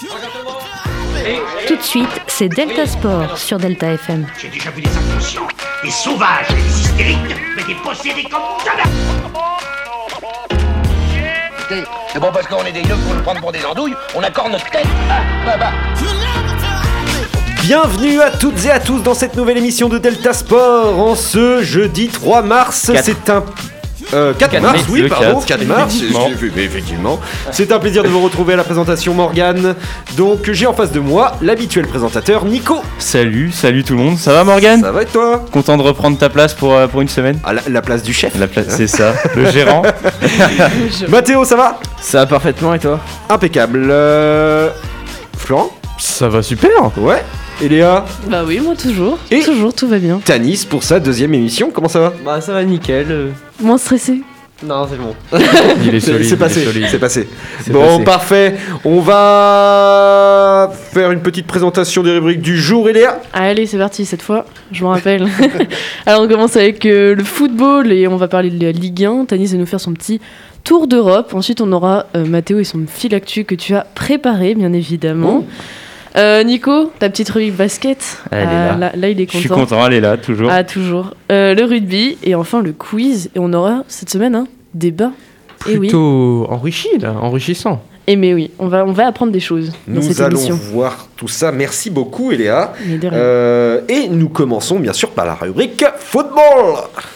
Tout de suite, c'est Delta Sport sur Delta FM. J'ai déjà vu des inconscients, des sauvages, des hystériques, mais des possédés comme jamais. Écoutez, c'est bon parce qu'on est des yeux pour nous prendre pour des andouilles, on accorde notre tête. Bienvenue à toutes et à tous dans cette nouvelle émission de Delta Sport en ce jeudi 3 mars. 4. C'est un... 4 mars, oui, pardon, 4 mars, effectivement. C'est un plaisir de vous retrouver à la présentation Morgane. Donc j'ai en face de moi l'habituel présentateur Nico. Salut tout le monde, ça va Morgane ? Ça va et toi ? Content de reprendre ta place pour une semaine ? Ah, la place du chef. C'est ça, le gérant. Mathéo, ça va ? Ça va parfaitement et toi ? Impeccable. Florent ? Ça va super. Ouais. Et Léa ? Bah oui, moi toujours. Et toujours, tout va bien. Tanis pour sa deuxième émission, comment ça va ? Bah ça va nickel. Moins stressé. Non, c'est bon. Il est solide. C'est passé, il est solide. c'est passé. C'est Bon, passé. parfait. On va faire une petite présentation des rubriques du jour, et Léa ? Allez, c'est parti cette fois, je m'en rappelle. Alors on commence avec le football et on va parler de la Ligue 1. Tanis va nous faire son petit tour d'Europe. Ensuite, on aura Mathéo et son fil actu que tu as préparé, bien évidemment. Nico, ta petite rubrique basket. Elle est là. Là, il est content. Je suis content, elle est là, toujours. Ah, toujours. Le rugby et enfin le quiz. Et on aura cette semaine un débat. Et oui. Plutôt enrichi là, enrichissant. Et mais oui, on va apprendre des choses dans cette Nous allons émission. voir tout ça. Merci beaucoup, Eléa. Mais de rien. Et nous commençons bien sûr par la rubrique football.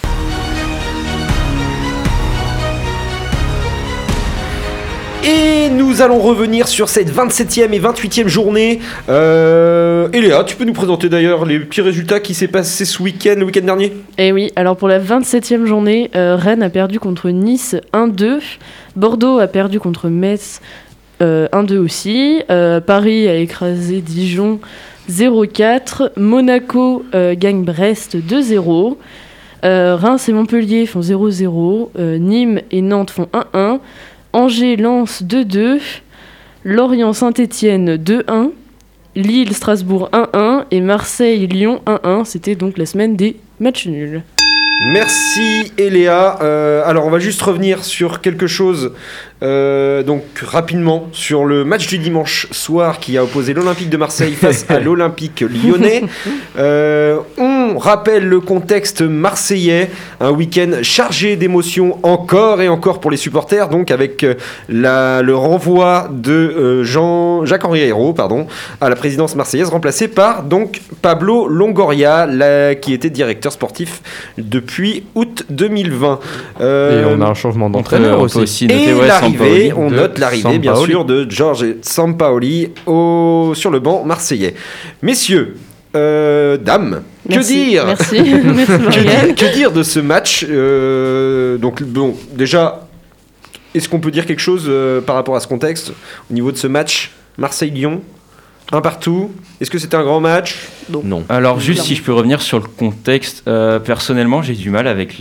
Et nous allons revenir sur cette 27e et 28e journée. Eléa, tu peux nous présenter d'ailleurs les petits résultats qui s'est passé ce week-end, le week-end dernier ? Et oui, alors pour la 27e journée, Rennes a perdu contre Nice 1-2. Bordeaux a perdu contre Metz 1-2 aussi. Paris a écrasé Dijon 0-4. Monaco gagne Brest 2-0. Reims et Montpellier font 0-0. Nîmes et Nantes font 1-1. Angers-Lens 2-2. Lorient-Saint-Étienne 2-1. Lille-Strasbourg 1-1. Et Marseille-Lyon 1-1. C'était donc la semaine des matchs nuls. Merci Eléa. Alors on va juste revenir sur quelque chose donc rapidement sur le match du dimanche soir qui a opposé l'Olympique de Marseille face à l'Olympique lyonnais. On rappelle le contexte marseillais, un week-end chargé d'émotions encore et encore pour les supporters, donc avec le renvoi de Jacques-Henri Hérault à la présidence marseillaise, remplacé par donc Pablo Longoria, qui était directeur sportif depuis août 2020. Et on a un changement d'entraîneur On peut aussi. aussi noter, Et l'arrivée, on de note l'arrivée bien Sampaoli. sûr de George Sampaoli sur le banc marseillais. Messieurs, dames, Merci. que dire Merci. Merci Morgane. que dire de ce match Donc bon, déjà, est-ce qu'on peut dire quelque chose par rapport à ce contexte au niveau de ce match Marseille-Lyon, un partout. Est-ce que c'était un grand match ? Non. Alors juste si je peux revenir sur le contexte, personnellement j'ai du mal avec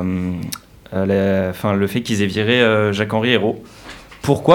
le fait qu'ils aient viré Jacques-Henri Hérault. Pourquoi ?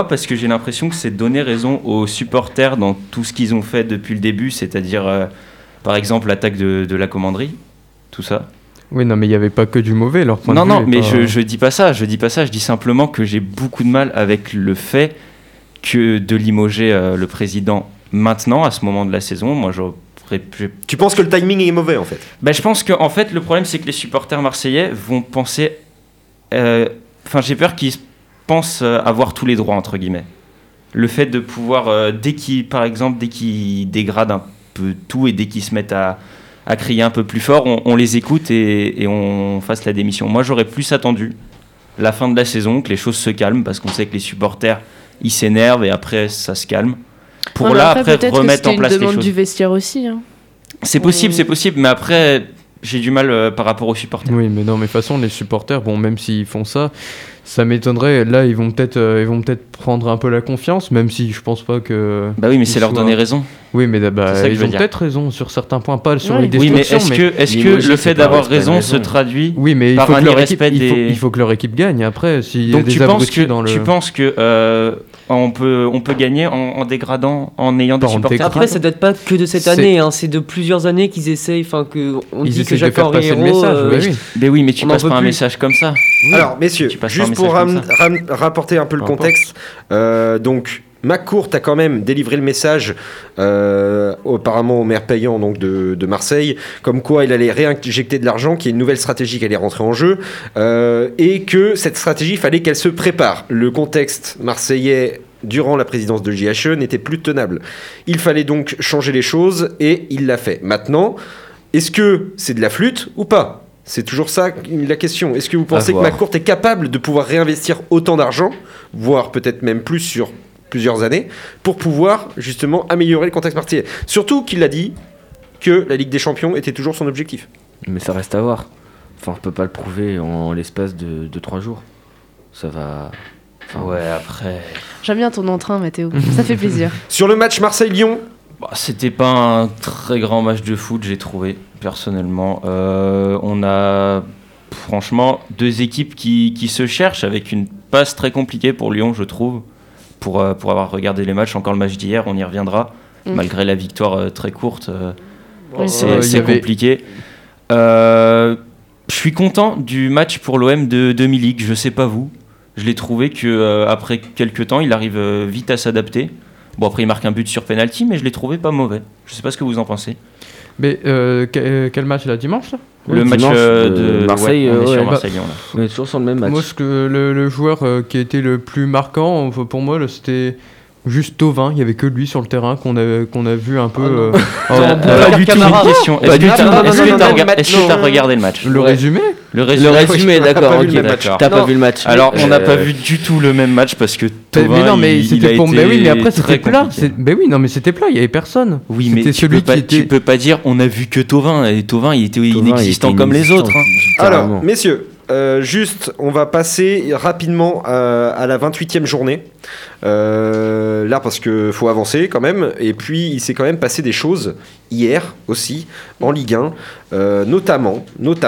Parce que j'ai l'impression que c'est donner raison aux supporters dans tout ce qu'ils ont fait depuis le début, c'est-à-dire par exemple l'attaque de la commanderie, tout ça. Oui, non, mais il n'y avait pas que du mauvais, leur point Non, de vue. non, mais pas... je dis pas ça, je dis simplement que j'ai beaucoup de mal avec le fait que de limoger le président maintenant, à ce moment de la saison. Moi, Tu penses que le timing est mauvais en fait ? Ben, je pense que en fait, le problème, c'est que les supporters marseillais vont penser... j'ai peur qu'ils pensent avoir tous les droits, entre guillemets. Le fait de pouvoir, dès qu'ils dégradent un peu tout et dès qu'ils se mettent à crier un peu plus fort, on les écoute et on fasse la démission. Moi, j'aurais plus attendu la fin de la saison, que les choses se calment, parce qu'on sait que les supporters, ils s'énervent et après, ça se calme. Pour Non, mais après peut-être remettre que en place c'était les une demande choses. du vestiaire aussi. Hein. C'est possible, mais après, j'ai du mal par rapport aux supporters. Oui, mais non, mais de toute façon, les supporters, bon, même s'ils font ça, ça m'étonnerait. Là, ils vont peut-être prendre un peu la confiance, même si je pense pas que. Bah oui, mais c'est ils leur soient- donner raison. Oui, mais C'est ça que ils je veux ont dire. peut-être raison sur certains points, pas sur Ouais. les Oui, mais destructions. est-ce que Limoges, le c'est fait pas- d'avoir c'est pas une raison se traduit Oui, mais il par faut, un que leur équipe, irrespect des- il faut que leur équipe gagne. Après, s'il y a Donc des tu penses abrutis dans le. que on peut gagner en dégradant, en ayant des Par contre, supporters. Après, ça date pas que de cette C'est- année, hein, c'est de plusieurs années qu'ils essayent, enfin que on Ils dit que essaient de faire Jacques-Henri passer le Hérault, message. oui. Mais oui, mais tu On en passes peut pas un plus. message comme ça. Alors messieurs, Tu passes par un juste pour message comme rapporter un peu le Peu importe. contexte, donc McCourt a quand même délivré le message, apparemment au maire payant donc de Marseille, comme quoi il allait réinjecter de l'argent, qu'il y a une nouvelle stratégie qui allait rentrer en jeu, et que cette stratégie, il fallait qu'elle se prépare. Le contexte marseillais durant la présidence de JHE n'était plus tenable. Il fallait donc changer les choses, et il l'a fait. Maintenant, est-ce que c'est de la flûte ou pas ? C'est toujours ça la question. Est-ce que vous pensez que McCourt est capable de pouvoir réinvestir autant d'argent, voire peut-être même plus sur plusieurs années, pour pouvoir justement améliorer le contexte marseillais ? Surtout qu'il a dit que la Ligue des Champions était toujours son objectif. Mais ça reste à voir. Enfin, on peut pas le prouver en l'espace de 3 jours. Ça va... Enfin, Ouais, après... J'aime bien ton entrain, Mathéo. Ça fait plaisir. Sur le match Marseille-Lyon, C'était pas un très grand match de foot, j'ai trouvé, personnellement. On a, franchement, deux équipes qui se cherchent, avec une passe très compliquée pour Lyon, je trouve. Pour avoir regardé les matchs, encore le match d'hier, on y reviendra. Malgré la victoire très courte, c'est compliqué. Je suis content du match pour l'OM de Milik, je sais pas vous. Je l'ai trouvé qu'après quelques temps, il arrive vite à s'adapter. Bon, après, il marque un but sur penalty, mais je l'ai trouvé pas mauvais. Je sais pas ce que vous en pensez. Mais quel match là, dimanche là? Le match de Marseille, on est sur ouais. Marseille-Lyon, là. On est toujours sur le même match. Moi, le joueur qui a été le plus marquant, pour moi, là, c'était juste Thauvin. Il n'y avait que lui sur le terrain qu'on a vu un peu. Pas du tout une question. Est-ce que tu as regardé le match? Le résumé? Le résumé, d'accord. pas vu Ok, le match. t'as pas vu le match. Alors, on n'a pas vu du tout le même match parce que Thauvin, mais non, mais il c'était a pour. été Mais oui, mais après très c'était plat. compliqué. Mais oui, non, mais c'était plat. Il y avait personne. Oui, C'était mais celui qui était. tu peux pas dire on a vu que Thauvin. Et Thauvin, il était inexistant comme les autres. alors, messieurs, juste, on va passer rapidement à la 28e journée. Là, parce qu'il faut avancer quand même. Et puis, il s'est quand même passé des choses hier aussi, en Ligue 1, notamment,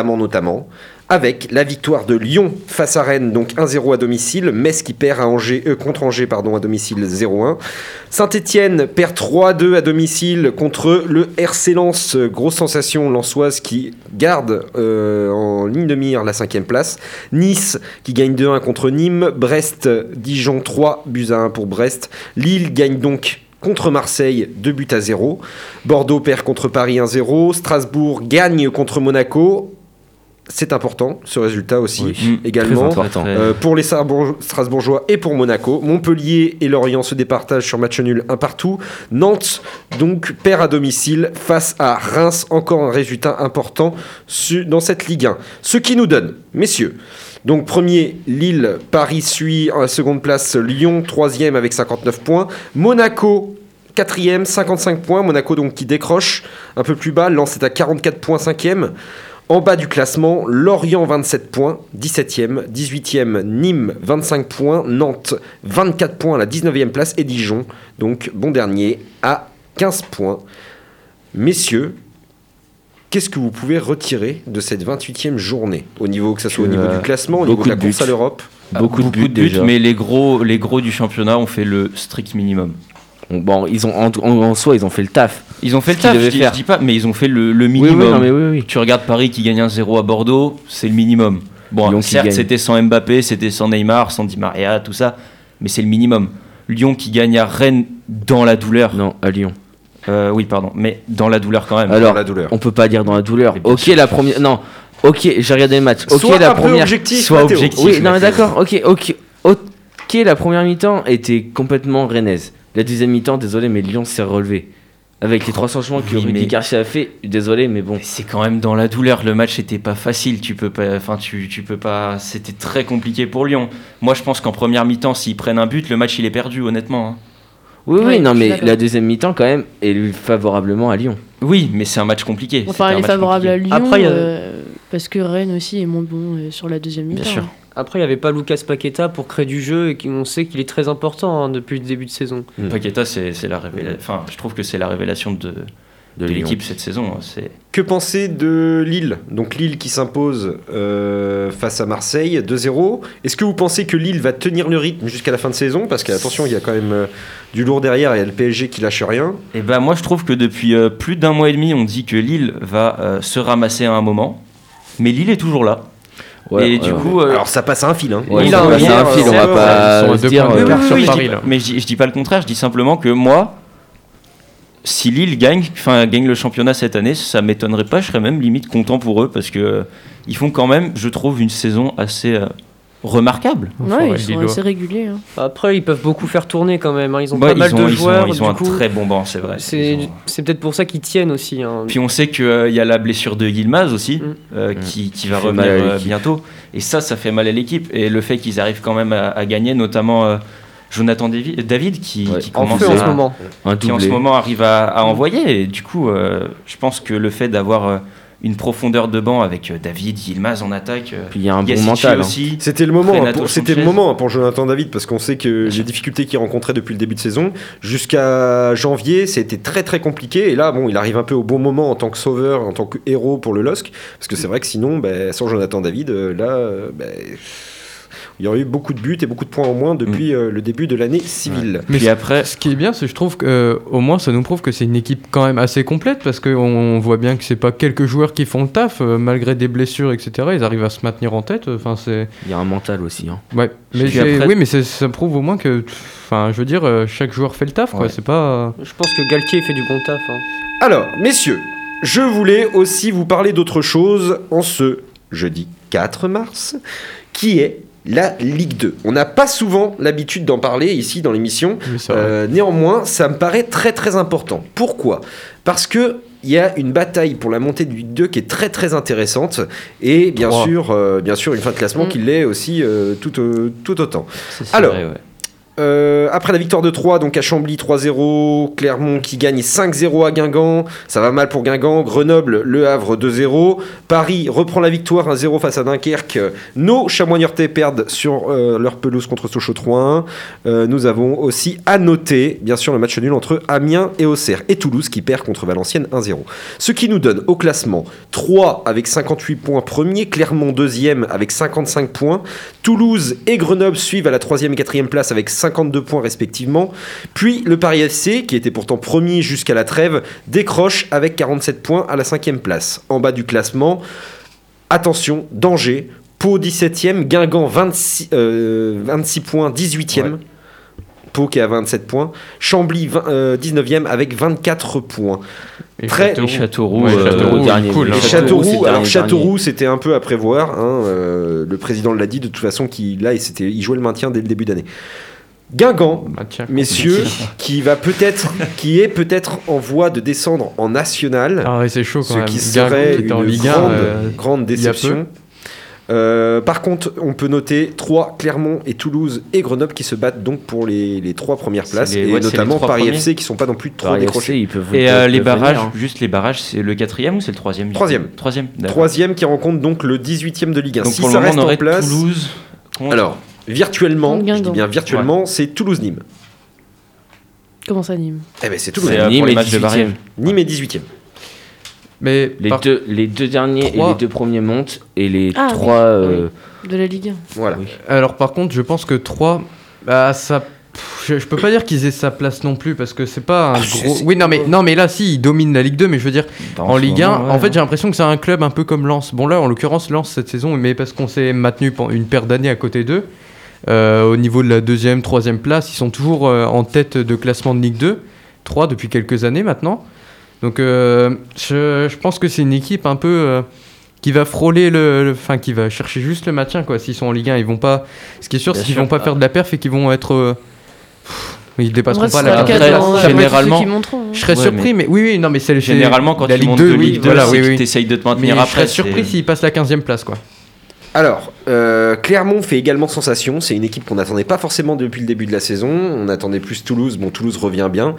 avec la victoire de Lyon face à Rennes, donc 1-0 à domicile. Metz qui perd contre Angers à domicile 0-1. Saint-Etienne perd 3-2 à domicile contre le RC Lens. Grosse sensation lensoise qui garde en ligne de mire la 5e place. Nice qui gagne 2-1 contre Nîmes. Brest, Dijon 3-1 pour Brest. Lille gagne donc contre Marseille 2-0. Bordeaux perd contre Paris 1-0. Strasbourg gagne contre Monaco. C'est important, ce résultat aussi, également, pour les Strasbourgeois et pour Monaco. Montpellier et Lorient se départagent sur match nul 1 partout. Nantes, donc, perd à domicile face à Reims. Encore un résultat important dans cette Ligue 1. Ce qui nous donne, messieurs, donc premier, Lille, Paris suit en la seconde place, Lyon, 3e avec 59 points. Monaco, 4e, 55 points. Monaco donc qui décroche un peu plus bas. Lens est à 44 points, 5e. En bas du classement, Lorient 27 points, 17e, 18e, Nîmes 25 points, Nantes 24 points à la 19e place et Dijon, donc bon dernier, à 15 points. Messieurs, qu'est-ce que vous pouvez retirer de cette 28e journée, que ce soit au niveau du classement, au niveau de la course à l'Europe? Beaucoup de buts déjà. Mais les gros du championnat ont fait le strict minimum. Bon, ils ont en soi, ils ont fait le taf. Ils ont fait le taf, je dis pas, mais ils ont fait le minimum. Oui. Tu regardes Paris qui gagne 1-0 à Bordeaux, c'est le minimum. Bon, Lyon certes, c'était sans Mbappé, c'était sans Neymar, sans Di Maria, tout ça, mais c'est le minimum. Lyon qui gagne à Rennes dans la douleur. Non, à Lyon. Oui, pardon, mais dans la douleur quand même. Alors, dans la douleur. On peut pas dire dans la douleur. Ok, sûr, la première. Non. Ok, j'ai regardé le match. Ok, soit la un peu première. objectif, Soit Mathéo. objectif. Oui, non, mais d'accord. Ok, la première mi-temps était complètement rennaise. La deuxième mi-temps, désolé, mais Lyon s'est relevé. Avec les 3 changements que Rudy Garcia a fait, désolé, mais bon. Mais c'est quand même dans la douleur. Le match n'était pas facile. Tu peux pas. C'était très compliqué pour Lyon. Moi, je pense qu'en première mi-temps, s'ils prennent un but, le match il est perdu, honnêtement. Hein. Oui, non, mais la deuxième mi-temps, quand même, est favorablement à Lyon. Oui, mais c'est un match compliqué. Enfin, elle est favorable à Lyon Après, parce que Rennes aussi est moins bon sur la deuxième mi-temps. Bien sûr. Après, il n'y avait pas Lucas Paqueta pour créer du jeu et on sait qu'il est très important depuis le début de saison. Paqueta, c'est la révélation. Enfin, je trouve que c'est la révélation de l'équipe cette saison. Que penser de Lille? Donc Lille qui s'impose face à Marseille 2-0. Est-ce que vous pensez que Lille va tenir le rythme jusqu'à la fin de saison? Parce qu'attention, il y a quand même du lourd derrière, il y a le PSG qui lâche rien. Et ben moi, je trouve que depuis plus d'1 mois et demi, on dit que Lille va se ramasser à un moment. Mais Lille est toujours là. Et du coup, alors ça passe à un fil. Hein. Ouais, Il a ça passe à un fil, on va pas ils sont à se 2 dire. points d'écart sur je Paris dis, là. mais je dis pas le contraire, je dis simplement que moi, si Lille gagne le championnat cette année, ça m'étonnerait pas, je serais même limite content pour eux parce que ils font quand même, je trouve, une saison assez remarquable. Ouais, ils sont assez réguliers. Hein. Après, ils peuvent beaucoup faire tourner quand même. Hein. Ils ont Ouais, pas mal de joueurs. Ils ont un du coup, très bon banc, c'est vrai. c'est peut-être pour ça qu'ils tiennent aussi. Hein. Puis on sait qu'il y a la blessure de Yilmaz aussi, qui va fait revenir mal à l'équipe. bientôt. Et ça fait mal à l'équipe. Et le fait qu'ils arrivent quand même à gagner, notamment Jonathan David, qui En commence feu en ce moment. Un qui en ce doublé. moment arrive à envoyer. Et du coup, je pense que le fait d'avoir une profondeur de banc avec David, Yilmaz en attaque, Puis il y a un bon Yacici mental. aussi. C'était le moment, Renato c'était le Sanchez. moment pour Jonathan David parce qu'on sait que les difficultés qu'il rencontrait depuis le début de saison jusqu'à janvier, c'était très très compliqué. Et là, bon, il arrive un peu au bon moment en tant que sauveur, en tant que héros pour le LOSC, parce que c'est vrai que sinon, sans Jonathan David, il y aurait eu beaucoup de buts et beaucoup de points en moins depuis le début de l'année civile. Mais Puis après, ce qui est bien, c'est que je trouve qu'au moins ça nous prouve que c'est une équipe quand même assez complète parce qu'on voit bien que c'est pas quelques joueurs qui font le taf, malgré des blessures, etc. Ils arrivent à se maintenir en tête. Enfin, c'est... Il y a un mental aussi. Hein. Ouais. Mais Puis après- oui, mais ça prouve au moins que, enfin, je veux dire, chaque joueur fait le taf, quoi. Ouais. C'est pas. Je pense que Galtier fait du bon taf. Hein. Alors, messieurs, je voulais aussi vous parler d'autre chose en ce jeudi 4 mars, qui est la Ligue 2. On n'a pas souvent l'habitude d'en parler ici dans l'émission. Oui, c'est vrai. Néanmoins, ça me paraît très très important. Pourquoi ? Parce que il y a une bataille pour la montée de Ligue 2 qui est très très intéressante et bien sûr une fin de classement qui l'est aussi tout autant. c'est Alors, vrai, ouais. Après la victoire de 3 donc à Chambly 3-0, Clermont qui gagne 5-0 à Guingamp, ça va mal pour Guingamp, Grenoble, Le Havre 2-0, Paris reprend la victoire 1-0 face à Dunkerque, nos Chamois Niortais perdent sur leur pelouse contre Sochaux 3-1, nous avons aussi à noter bien sûr le match nul entre Amiens et Auxerre et Toulouse qui perd contre Valenciennes 1-0. Ce qui nous donne au classement 3 avec 58 points premier, Clermont deuxième avec 55 points, Toulouse et Grenoble suivent à la 3e et 4e place avec 52 points respectivement. Puis le Paris FC, qui était pourtant premier jusqu'à la trêve, décroche avec 47 points à la 5e place. En bas du classement, attention, danger. Pau 17e, Guingamp 26 points, 18e. Ouais. Pau qui est à 27 points. Chambly 19e avec 24 points. Et Très Châteauroux, Châteauroux, dernier. cool, hein. Châteauroux, c'était un peu à prévoir. Hein, le président l'a dit de toute façon qu'il il jouait le maintien dès le début d'année. Guingamp, messieurs, qui est peut-être en voie de descendre en national. Ah ouais, c'est chaud quand ce même. qui serait Guingamp, une Ligue 1, grande déception. Par contre, on peut noter 3 Clermont et Toulouse et Grenoble qui se battent donc pour les 3 premières places et notamment Paris FC qui sont pas non plus trop décrochés. Et les barrages, juste les barrages, c'est le 4e ou c'est le 3e? 3e qui rencontre donc le 18e de Ligue 1. Donc si pour ça le moment, reste on aurait en place, Toulouse. Alors virtuellement, je dis bien virtuellement, c'est Toulouse-Nîmes. Comment ça, Nîmes? Eh ben c'est Toulouse. Nîmes et 18e. Nîmes est 18e. Mais les deux derniers 3. Et les 2 premiers montent et les 3 de la Ligue 1. Voilà. Oui. Alors par contre, je pense que 3 ça je peux pas dire qu'ils aient sa place non plus parce que c'est pas un gros. Oui, non mais là si ils dominent la Ligue 2 mais je veux dire en Ligue 1, en fait, j'ai l'impression que c'est un club un peu comme Lens. Bon là en l'occurrence Lens cette saison mais parce qu'on s'est maintenu pendant une paire d'années à côté d'eux. Au niveau de la 2e, 3e place, ils sont toujours en tête de classement de Ligue 2, 3 depuis quelques années maintenant. Donc je pense que c'est une équipe un peu qui va frôler enfin qui va chercher juste le maintien quoi. S'ils sont en Ligue 1, ils vont pas. Ce qui est sûr, c'est qu'ils vont pas faire de la perf et qu'ils vont être. Ils dépasseront pas la carte. Généralement, je serais surpris, mais oui, non, mais c'est généralement quand la ils montent de Ligue 2, c'est que t'essayes de te maintenir après. Je serais surpris s'ils passent la 15e place quoi. Alors, Clermont fait également sensation. C'est une équipe qu'on n'attendait pas forcément depuis le début de la saison. On attendait plus Toulouse. Bon, Toulouse revient bien.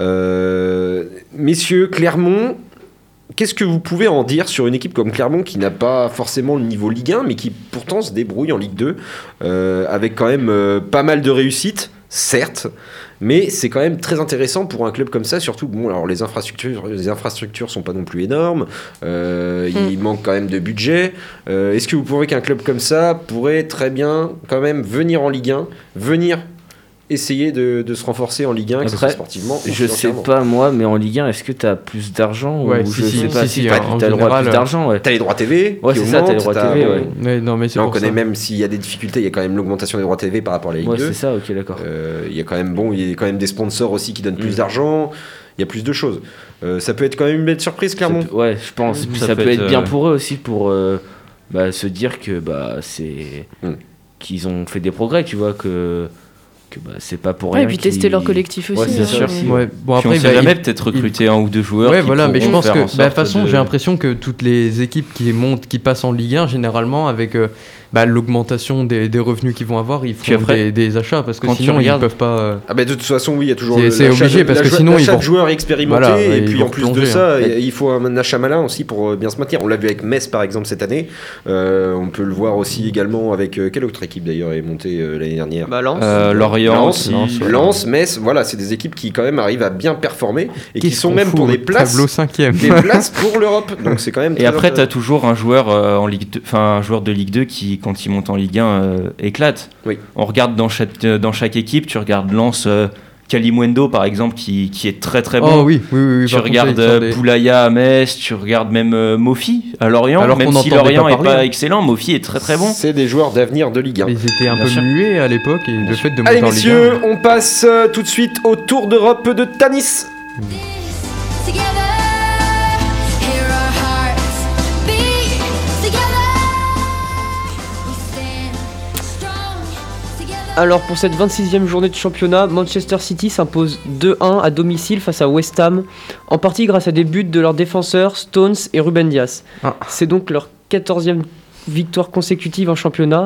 Messieurs, Clermont, qu'est-ce que vous pouvez en dire sur une équipe comme Clermont qui n'a pas forcément le niveau Ligue 1, mais qui pourtant se débrouille en Ligue 2 avec quand même pas mal de réussite, certes, mais c'est quand même très intéressant pour un club comme ça, surtout bon, alors les infrastructures sont pas non plus énormes, il manque quand même de budget. Est-ce que vous trouvez qu'un club comme ça pourrait très bien quand même venir en Ligue 1, venir essayer de se renforcer en Ligue 1, que ce soit sportivement et je sais financièrement. pas moi, mais en Ligue 1, est-ce que t'as plus d'argent Ouais, ou si, je sais pas si t'as le droit à plus d'argent. Ouais. T'as les droits TV. Ouais, c'est ça, t'as les droits TV. Ouais. Ouais, non, mais c'est Là, on pour connaît ça. même s'il y a des difficultés, il y a quand même l'augmentation des droits TV par rapport à la Ligue 2. Ouais, c'est ça, ok, d'accord. Il y a quand même des sponsors aussi qui donnent plus d'argent. Il y a plus de choses. Ça peut être quand même une belle surprise, clairement. Ouais, je pense. Puis ça peut être bien pour eux aussi pour se dire que c'est qu'ils ont fait des progrès, tu vois, que c'est pas pour rien. Et puis tester leur collectif aussi. Ouais, c'est sûr. Ouais. Bon, Puis après, on sait jamais peut-être recruter un ou deux joueurs. Ouais, qui voilà, mais je pourront pense faire que en de toute sorte façon, de- j'ai l'impression que toutes les équipes qui passent en Ligue 1, généralement, avec l'augmentation des revenus qu'ils vont avoir, ils Puis font après, des achats parce que quand tu sinon regardes- ils peuvent pas. Ah bah de toute façon, oui, il y a toujours C'est obligé, parce que sinon, ils l'achat vont- de joueurs expérimentés, Voilà, et ils puis vont en plus de replonger, ça, il faut un achat malin aussi pour bien se maintenir. On l'a vu avec Metz par exemple cette année. On peut le voir aussi également avec quelle autre équipe d'ailleurs est montée l'année dernière. Lens. Lorient aussi. Lens, Metz, voilà, c'est des équipes qui quand même arrivent à bien performer et qui Qu'est-ce sont qu'on même fout pour au des places, tableau 5e. des places pour l'Europe. Donc c'est quand même. Et très après, tu as intéressant. toujours un joueur en Ligue 2, un joueur de Ligue 2 qui, quand il monte en Ligue 1, éclate. Oui. On regarde dans chaque équipe, tu regardes Lens, Kalimundo par exemple, qui est très très bon. Oh oui. Tu regardes Boulaya à Metz, tu regardes même Mofi à Lorient, Alors même qu'on si n'entendait Lorient pas n'est parler, pas hein. excellent, Mofi est très très bon. C'est des joueurs d'avenir de Ligue 1. Ils étaient un Bien peu sûr. muets à l'époque et le fait de monter Allez en Ligue 1. messieurs, on passe tout de suite au Tour d'Europe de Tanis. Alors pour cette 26e journée de championnat, Manchester City s'impose 2-1 à domicile face à West Ham, en partie grâce à des buts de leurs défenseurs Stones et Ruben Dias. Ah. C'est donc leur 14e victoire consécutive en championnat.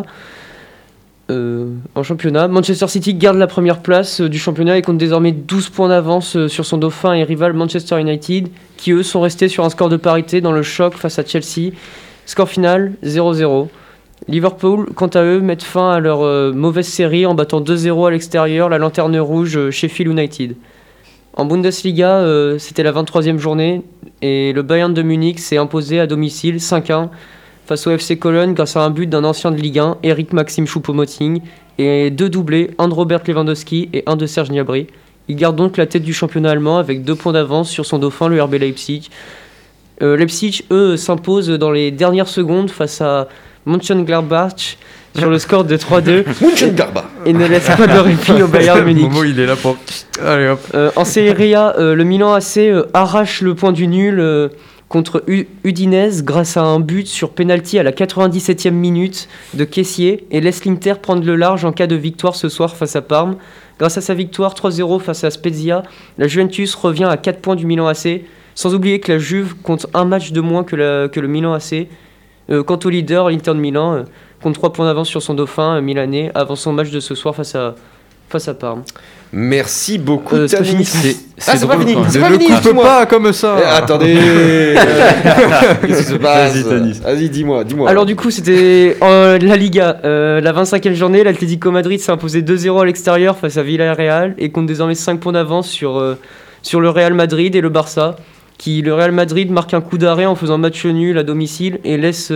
Manchester City garde la première place du championnat et compte désormais 12 points d'avance sur son dauphin et rival Manchester United, qui eux sont restés sur un score de parité dans le choc face à Chelsea. Score final 0-0. Liverpool, quant à eux, mettent fin à leur mauvaise série en battant 2-0 à l'extérieur la lanterne rouge Sheffield United. En Bundesliga, c'était la 23e journée et le Bayern de Munich s'est imposé à domicile 5-1 face au FC Cologne grâce à un but d'un ancien de Ligue 1, Eric Maxim Choupo-Moting, et 2 doublés, un de Robert Lewandowski et un de Serge Gnabry. Il garde donc la tête du championnat allemand avec 2 points d'avance sur son dauphin, le RB Leipzig. Leipzig, eux, s'imposent dans les dernières secondes face à Mönchengladbach sur le score de 3-2 et ne laisse pas de répit au Bayern Munich. Momo, il est là pour. Allez hop. En Serie A, le Milan AC arrache le point du nul contre Udinese grâce à un but sur penalty à la 97e minute de Kessié et laisse l'Inter prendre le large en cas de victoire ce soir face à Parme. Grâce à sa victoire 3-0 face à Spezia, la Juventus revient à 4 points du Milan AC, sans oublier que la Juve compte un match de moins que le Milan AC. Quant au leader, l'Inter de Milan compte 3 points d'avance sur son dauphin milanais avant son match de ce soir face à Parme. Merci beaucoup. C'est pas fini. C'est pas fini. C'est Ne pas le fini. coupe dis-moi. pas comme ça. Attendez. Qu'est-ce qui se passe? Vas-y, Tanis. Vas-y, dis-moi. Alors du coup, c'était la Liga. La 25e journée, l'Atlético Madrid s'est imposé 2-0 à l'extérieur face à Villarreal et compte désormais 5 points d'avance sur le Real Madrid et le Barça. Le Real Madrid marque un coup d'arrêt en faisant match nul à domicile et laisse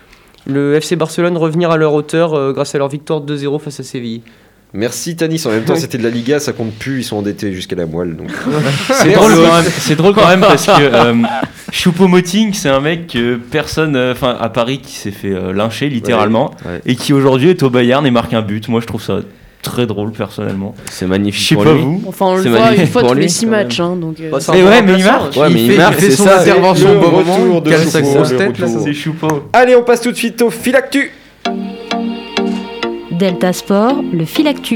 le FC Barcelone revenir à leur hauteur grâce à leur victoire 2-0 face à Séville. Merci Tanis. En même temps, c'était de la Liga, ça compte plus. Ils sont endettés jusqu'à la moelle. Donc. C'est drôle quand même parce que Choupo-Moting, c'est un mec que personne, à Paris, qui s'est fait lyncher littéralement Ouais. et qui aujourd'hui est au Bayern et marque un but. Moi, je trouve ça très drôle personnellement. C'est magnifique Je sais pour pas lui. vous. Enfin, on le C'est voit magnifique une fois pour tous les lui, 6 quand matchs. Hein, donc, Bah, c'est Et un ouais, bon mais il remplaçant, marque. Ouais, mais il marque, fait c'est son ça. intervention le au bon moment. retour de Quelle Choupo, sa grosse le tête là. retour. C'est Choupo. Allez, on passe tout de suite au Filactu. Delta Sport, le Filactu.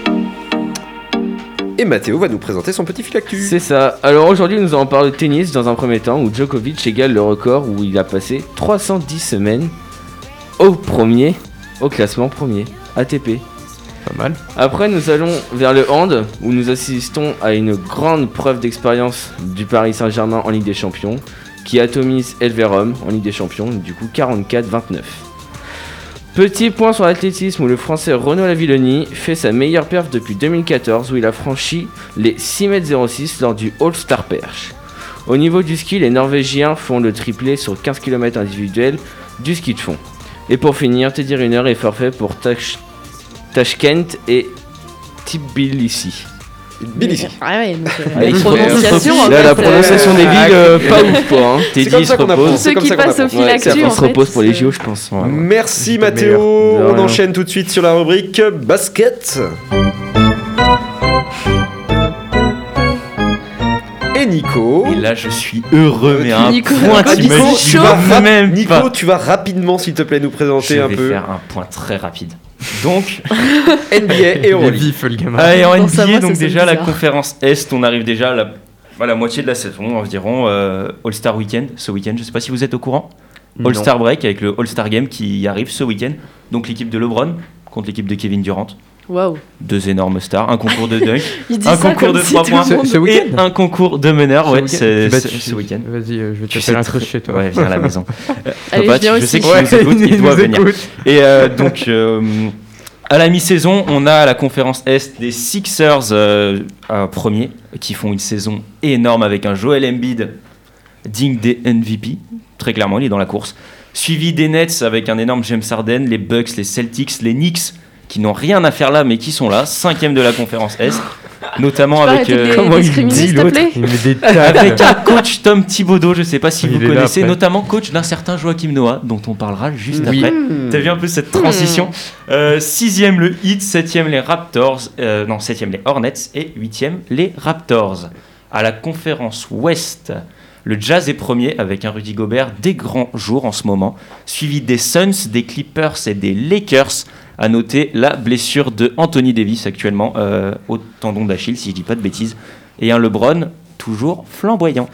Et Mathéo va nous présenter son petit Filactu. C'est ça. Alors aujourd'hui, nous allons parler de tennis dans un premier temps où Djokovic égale le record où il a passé 310 semaines au classement premier, ATP. Pas mal. Après, nous allons vers le hand où nous assistons à une grande preuve d'expérience du Paris Saint-Germain en Ligue des Champions qui atomise Elverum en Ligue des Champions, du coup 44-29. Petit point sur l'athlétisme où le français Renaud Lavilloni fait sa meilleure perf depuis 2014 où il a franchi les 6,06 m lors du All-Star Perche. Au niveau du ski, les Norvégiens font le triplé sur 15 km individuel du ski de fond. Et pour finir, Teddy Riner est forfait pour Tashkent et Tbilisi. Tbilisi. Ah ouais, donc, Avec la prononciation, en la fait, prononciation des villes, pas ouf quoi. Hein. Teddy se repose. Ceux qui passent au fil Ouais, actu, on en se fait. repose pour les JO, je pense. Ouais. Merci C'était Mathéo. meilleur. De On rien. enchaîne tout de suite sur la rubrique basket. Et Nico. Et là, je suis heureux, mais à un Nico, point Nico, t'imagines même Nico, pas. tu vas rapidement, s'il te plaît, nous présenter Je un vais peu faire un point très rapide. Donc, NBA et Il est Euroleague. vif, le gamin. allez, en Dans sa NBA, voix, donc ça sonne déjà la bizarre. conférence Est, on arrive déjà à la moitié de la saison environ. All-Star Weekend, ce week-end, je sais pas si vous êtes au courant. All-Star Break avec le All-Star Game qui arrive ce week-end. Donc l'équipe de LeBron contre l'équipe de Kevin Durant. Waouh. Deux énormes stars, un concours de dunk, Il dit un ça concours comme de si 3 tout points le monde- Ce et week-end un concours de meneur. Ce Ouais, week-end c'est Bah, ce week-end. Vas-y, je vais te Tu faire un sais truc chez toi. Ouais, viens à la maison. Allez, Papa, je viens je sais aussi. qu'il nous écoute, il doit nous venir. écoute. Et donc, à la mi-saison, on a à la conférence Est des Sixers premiers qui font une saison énorme avec un Joel Embiid digne des MVP. Très clairement, il est dans la course. Suivi des Nets avec un énorme James Harden, les Bucks, les Celtics, les Knicks qui n'ont rien à faire là mais qui sont là. 5e de la conférence Est. Notamment avec, Tu peux arrêter de comment les il discriminer, dit, s'il te l'autre plaît. Il met des avec tags. un coach Tom Thibodeau, je sais pas si Il vous est là connaissez, après. notamment coach d'un certain Joachim Noah, dont on parlera juste Oui. après. T'as vu un peu cette transition 6e le Heat, 7e les Raptors, 7e les Hornets et 8e les Raptors. À la conférence Ouest, le Jazz est premier avec un Rudy Gobert des grands jours en ce moment, suivi des Suns, des Clippers et des Lakers. À noter la blessure de Anthony Davis actuellement au tendon d'Achille, si je dis pas de bêtises, et un LeBron toujours flamboyant.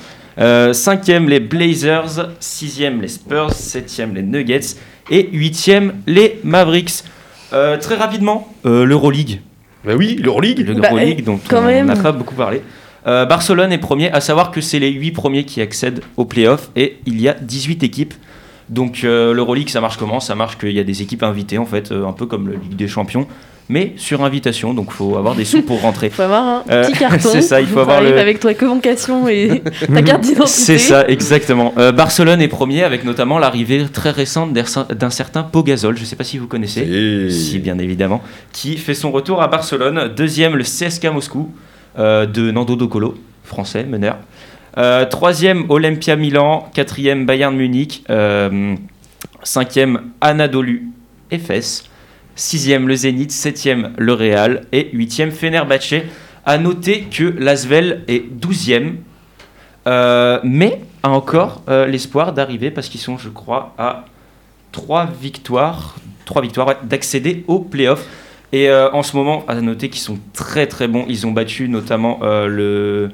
5e les Blazers, 6e les Spurs, 7e les Nuggets et 8e les Mavericks. Très rapidement, l'Euroleague. Bah oui, l'Euroleague. L'Euroleague, dont quand on même. n'a pas beaucoup parlé. Barcelone est premier, à savoir que c'est les 8 premiers qui accèdent aux playoffs et il y a 18 équipes. Donc l'Euroleague, ça marche comment ? Ça marche qu'il y a des équipes invitées en fait, un peu comme la Ligue des Champions, mais sur invitation, donc il faut avoir des sous pour rentrer. Il faut avoir un petit carton. C'est ça, il faut avoir T'arrives le... avec ta convocation et ta carte d'identité. C'est ça, exactement. Barcelone est premier avec notamment l'arrivée très récente d'un certain Pau Gasol, je ne sais pas si vous connaissez, si bien évidemment, qui fait son retour à Barcelone. Deuxième, le CSKA Moscou de Nando De Colo, français, meneur. Troisième, Olympia Milan. Quatrième, Bayern Munich. Cinquième, Anadolu Efes. Sixième, le Zénith. Septième, le Real. Et huitième, Fenerbahçe. À noter que l'Asvel est 12e, mais a encore l'espoir d'arriver, parce qu'ils sont, je crois, à 3 victoires ouais, d'accéder aux playoffs. Et en ce moment, à noter qu'ils sont très très bons. Ils ont battu notamment le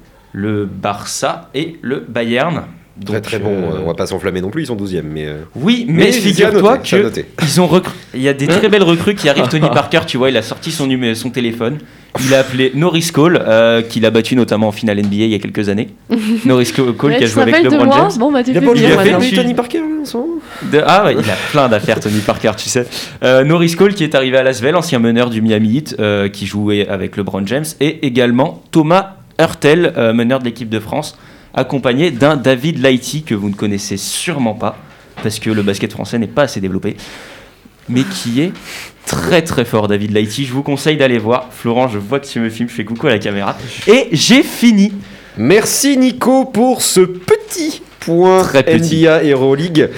Barça et le Bayern. Donc, Très très bon, on va pas s'enflammer non plus, ils sont 12e. Mais oui, mais figure-toi j'ai à que noter. ils ont il y a des très belles recrues qui arrivent. Tony Parker, tu vois, il a sorti son téléphone. Il a appelé Norris Cole, qu'il a battu notamment en finale NBA il y a quelques années. Norris Cole Ouais, qui a tu joué avec te rappelles de LeBron moi James. Bon, bah tu Il a fais pas bien fait maintenant. du- Tony Parker là, en ce moment Ah ouais, il a plein d'affaires, Tony Parker, tu sais. Norris Cole qui est arrivé à Lasvel, ancien meneur du Miami Heat, qui jouait avec LeBron James, et également Thomas Hurtel, meneur de l'équipe de France, accompagné d'un David Lighty que vous ne connaissez sûrement pas, parce que le basket français n'est pas assez développé, mais qui est très très fort, David Lighty. Je vous conseille d'aller voir. Florent, je vois que tu me filmes, je fais coucou à la caméra. Et j'ai fini. Merci Nico pour ce petit point Très petit. NBA et Euroleague.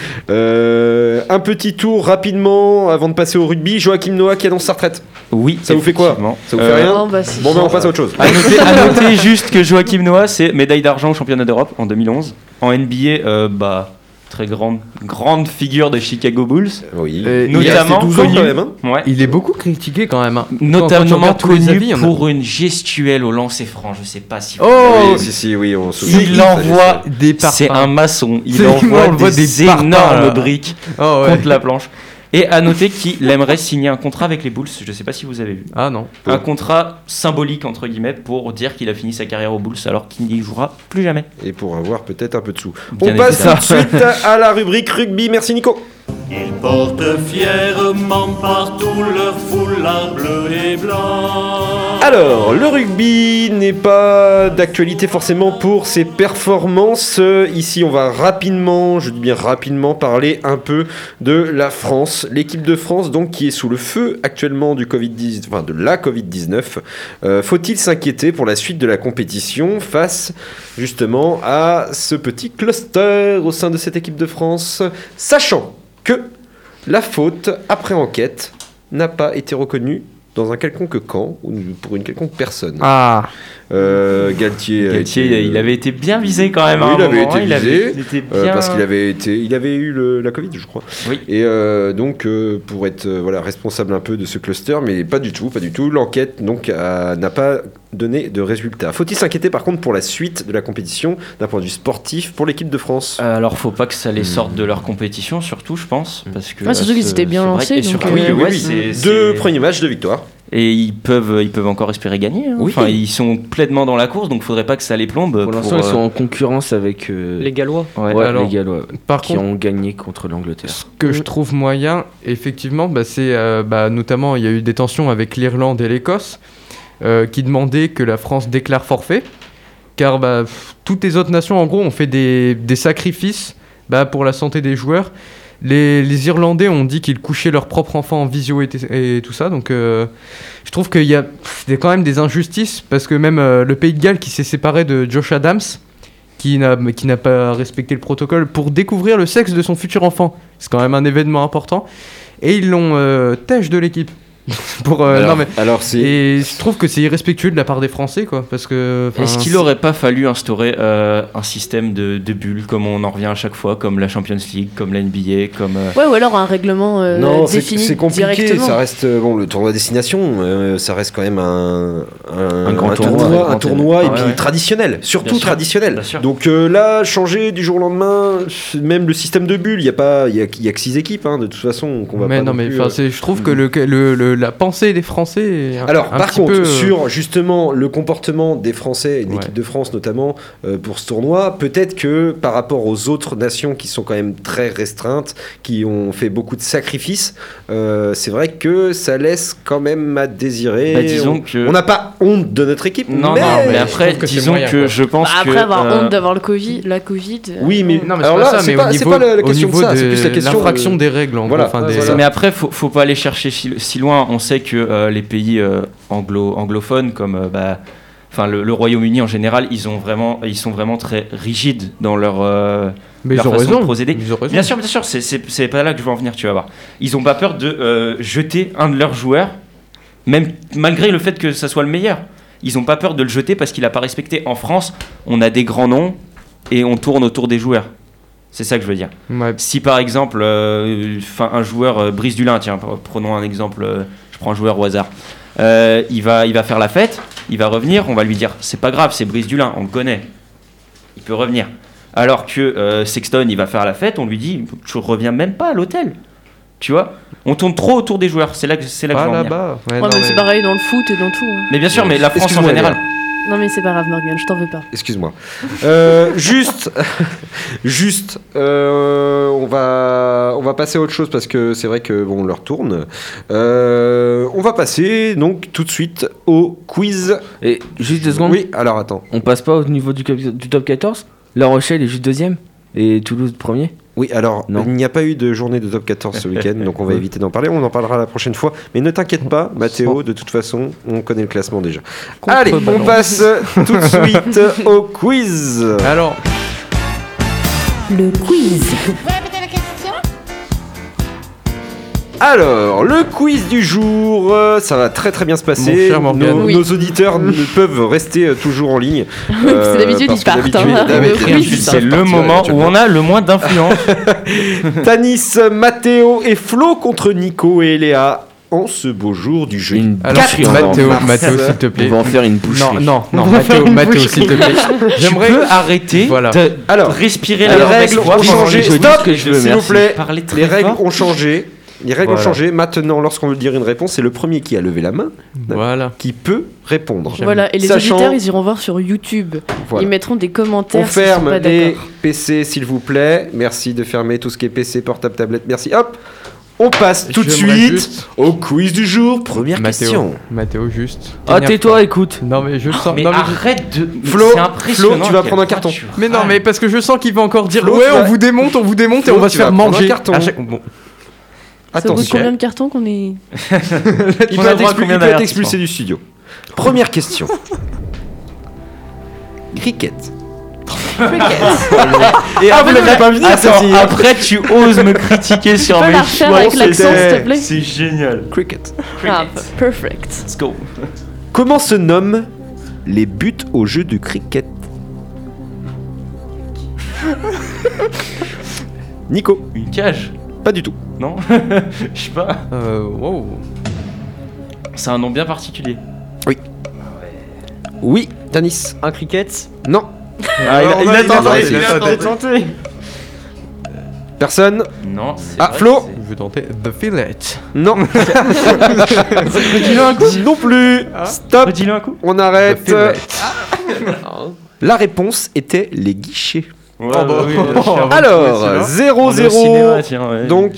Un petit tour rapidement avant de passer au rugby. Joachim Noah qui annonce sa retraite. Oui, Ça vous fait quoi effectivement. Ça vous fait rien Oh, bah, si. Bon ben on passe à autre chose. À noter juste que Joachim Noah, c'est médaille d'argent au championnat d'Europe en 2011. En NBA, très grande figure des Chicago Bulls. Oui. Notamment Il a 12 ans connu- quand même. Hein. Ouais. Il est beaucoup critiqué quand même. Hein. Quand tu Notamment regardes tous les connu avis, on a- pour une gestuelle au lancer franc. Je sais pas si vous Oh, Oui, si, oui, on se souvient. il envoie des parpaings. C'est un maçon. Il C'est- envoie on le voit des des parpaings, énormes là. briques Oh, ouais. contre la planche. Et à noter qu'il aimerait signer un contrat avec les Bulls. Je sais pas si vous avez vu. Ah non. Un contrat symbolique entre guillemets pour dire qu'il a fini sa carrière aux Bulls alors qu'il n'y jouera plus jamais. Et pour avoir peut-être un peu de sous. Bien On passe tout évidemment. de suite à la rubrique rugby. Merci Nico. Ils portent fièrement partout leur foulard bleu et blanc. Alors, le rugby n'est pas d'actualité forcément pour ses performances. Ici, on va rapidement, je dis bien rapidement, parler un peu de la France. L'équipe de France, donc, qui est sous le feu actuellement du Covid-19, enfin, de la Covid-19. Faut-il s'inquiéter pour la suite de la compétition face, justement, à ce petit cluster au sein de cette équipe de France, sachant que la faute, après enquête, n'a pas été reconnue dans un quelconque camp ou pour une quelconque personne. Galtier, il avait été bien visé quand même. Oui, il avait été visé bien... parce qu'il avait eu la Covid, je crois. Oui. Et donc pour être responsable un peu de ce cluster, mais pas du tout. L'enquête donc n'a pas donné de résultats. Faut-il s'inquiéter par contre pour la suite de la compétition d'un point de vue sportif pour l'équipe de France? Alors faut pas que ça les sorte de leur compétition, surtout je pense, parce que surtout qu'ils étaient bien lancés. Deux premiers matchs de victoire. Et ils peuvent encore espérer gagner. Hein. Oui. Enfin, ils sont pleinement dans la course, donc faudrait pas que ça les plombe. Pour l'instant, ils sont en concurrence avec les Gallois. Alors, les Gallois par qui ont gagné contre l'Angleterre. Ce que je trouve moyen, effectivement, c'est notamment il y a eu des tensions avec l'Irlande et l'Écosse qui demandaient que la France déclare forfait, car toutes les autres nations, en gros, ont fait des sacrifices pour la santé des joueurs. Les Irlandais ont dit qu'ils couchaient leurs propres enfants en visio et tout ça, donc je trouve qu'il y a quand même des injustices, parce que même le Pays de Galles qui s'est séparé de Josh Adams, qui n'a pas respecté le protocole pour découvrir le sexe de son futur enfant, c'est quand même un événement important, et ils l'ont têche de l'équipe. Et je trouve que c'est irrespectueux de la part des Français, quoi, parce que est-ce qu'il n'aurait pas fallu instaurer un système de bulles, comme on en revient à chaque fois, comme la Champions League, comme la NBA, comme ou alors un règlement défini c'est compliqué, directement. ça reste le tournoi destination, ça reste quand même un grand tournoi et puis traditionnel, surtout bien traditionnel. Sûr. Donc là, changer du jour au lendemain, même le système de bulles, il y a que 6 équipes de toute façon qu'on va mais pas non, mais je trouve que la pensée des Français est par contre, sur justement le comportement des Français et de l'équipe de France notamment pour ce tournoi, peut-être que par rapport aux autres nations qui sont quand même très restreintes, qui ont fait beaucoup de sacrifices, c'est vrai que ça laisse quand même à désirer. Disons on n'a pas honte de notre équipe, mais après, disons que je pense après avoir honte d'avoir la Covid. Oui, mais non, mais alors là, c'est pas la question de ça, c'est plus la question l'infraction des règles. Mais après, faut pas aller chercher si loin. On sait que les pays anglophones comme le Royaume-Uni en général, ils sont vraiment très rigides dans leur façon de procéder. Bien sûr, c'est pas là que je veux en venir, tu vas voir. Ils ont pas peur de jeter un de leurs joueurs, même malgré le fait que ça soit le meilleur. Ils ont pas peur de le jeter parce qu'il a pas respecté. En France, on a des grands noms et on tourne autour des joueurs. C'est ça que je veux dire. Ouais. Si par exemple, un joueur, Brice Dulin, tiens, prenons un exemple, je prends un joueur au hasard, il va faire la fête, il va revenir, on va lui dire, c'est pas grave, c'est Brice Dulin, on le connaît, il peut revenir. Alors que Sexton, il va faire la fête, on lui dit, je reviens même pas à l'hôtel. Tu vois, on tourne trop autour des joueurs, c'est là que je veux en venir. Mais c'est pareil dans le foot et dans tout. Hein. Mais bien sûr, mais la France en général. Non mais c'est pas grave Morgan, je t'en veux pas. Excuse-moi. On va passer à autre chose parce que c'est vrai que on leur tourne. On va passer donc tout de suite au quiz. Et juste 2 secondes. Oui, alors attends. On passe pas au niveau du top 14 ? La Rochelle est juste 2e et Toulouse 1er ? Oui, alors il n'y a pas eu de journée de top 14 ce week-end, donc on va éviter d'en parler, on en parlera la prochaine fois. Mais ne t'inquiète pas, Mathéo, de toute façon, on connaît le classement déjà. Allez, on passe tout de suite au quiz. Alors, le quiz. Alors, le quiz du jour, ça va très très bien se passer. Nos auditeurs ne peuvent rester toujours en ligne. C'est d'habitude ils partent. C'est le moment où on a le moins d'influence. Tanis, Mathéo et Flo contre Nico et Léa en ce beau jour du jeudi. Alors, Mathéo, s'il te plaît. On va en faire une boucherie. Non, Mathéo, s'il te plaît. J'aimerais tu peux arrêter de respirer les règles ont changé. Stop, s'il vous plaît. Les règles ont changé. Les règles ont changé. Maintenant, lorsqu'on veut dire une réponse, c'est le premier qui a levé la main qui peut répondre. Voilà, et les auditeurs, ils iront voir sur YouTube. Ils mettront des commentaires. On ferme les PC, s'il vous plaît. Merci de fermer tout ce qui est PC, portable, tablette. Merci. Hop, on passe tout de suite au quiz du jour. Première question. Mathéo, juste. Ah, tais-toi, écoute. Non, mais je sens. Mais non, mais arrête de. Flo, c'est impressionnant. tu vas prendre un carton. Mais non, mais parce que je sens qu'il va encore dire Flo, ouais, on vous démonte et on va se faire manger. Un carton. Bon. Ça vaut combien de cartons qu'on est. Il peut être expulsé du studio. Première question. Cricket. Et vous l'avez pas vu. Après, tu oses me critiquer sur mes choix. Avec l'accent, s'il te plaît. C'est génial. Cricket. Ah, perfect. Let's go. Comment se nomment les buts au jeu du cricket? Nico. Une cage? Pas du tout. Non. Je sais pas. Wow. C'est un nom bien particulier. Oui, Tanis. Un cricket. Non. Il a tenté. Personne. Non. Flo. Je vais tenter The Fillet. Non. Redis-le un coup. Non plus. Stop. Redis-le un coup. On arrête. La réponse était les guichets. Alors, 0-0. Donc,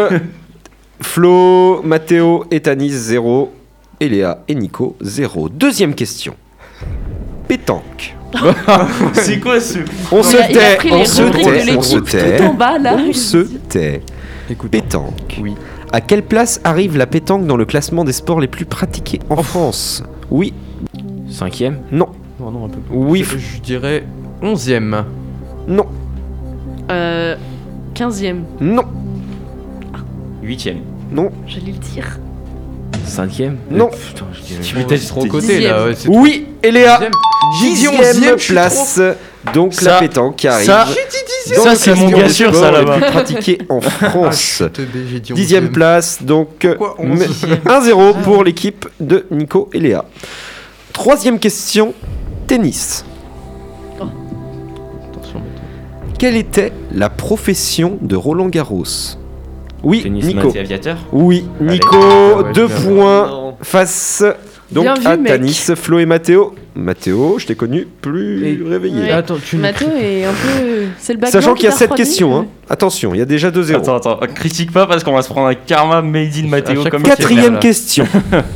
Flo, Mathéo et Tanis, 0. Et Léa et Nico, 0. Deuxième question. Pétanque. C'est quoi ce... On se tait, on se tait. Pétanque. Oui. À quelle place arrive la pétanque dans le classement des sports les plus pratiqués en France? Oui. 5e? Non. Non, un peu plus. Oui. Je dirais 11e. Non. 15e. Non. 8e. Non. J'allais le dire. 5e? Non. Putain, je dirais... Tu m'étais trop côté là. Ouais, oui, et Léa. 10e place. Donc la pétanque qui arrive. Ça c'est mon gars sûr, ça là-bas. Pratiqué en France. 10e 10e place. Donc 1-0 pour l'équipe de Nico et Léa. Troisième question. Tennis. Quelle était la profession de Roland Garros? Oui, tennisman Nico. et aviateur. Oui, Nico. Allez. 2 points face donc bien vu, à mec. Tanis, Flo et Mathéo. Mathéo, je t'ai connu plus réveillé. Ouais. Attends, Mathéo est un peu. C'est le background. Sachant qu'il y a qui t'a 7 refroidi, questions. Hein. Attention, il y a déjà 2-0. Attends, critique pas parce qu'on va se prendre un karma made in Mathéo comme Quatrième question.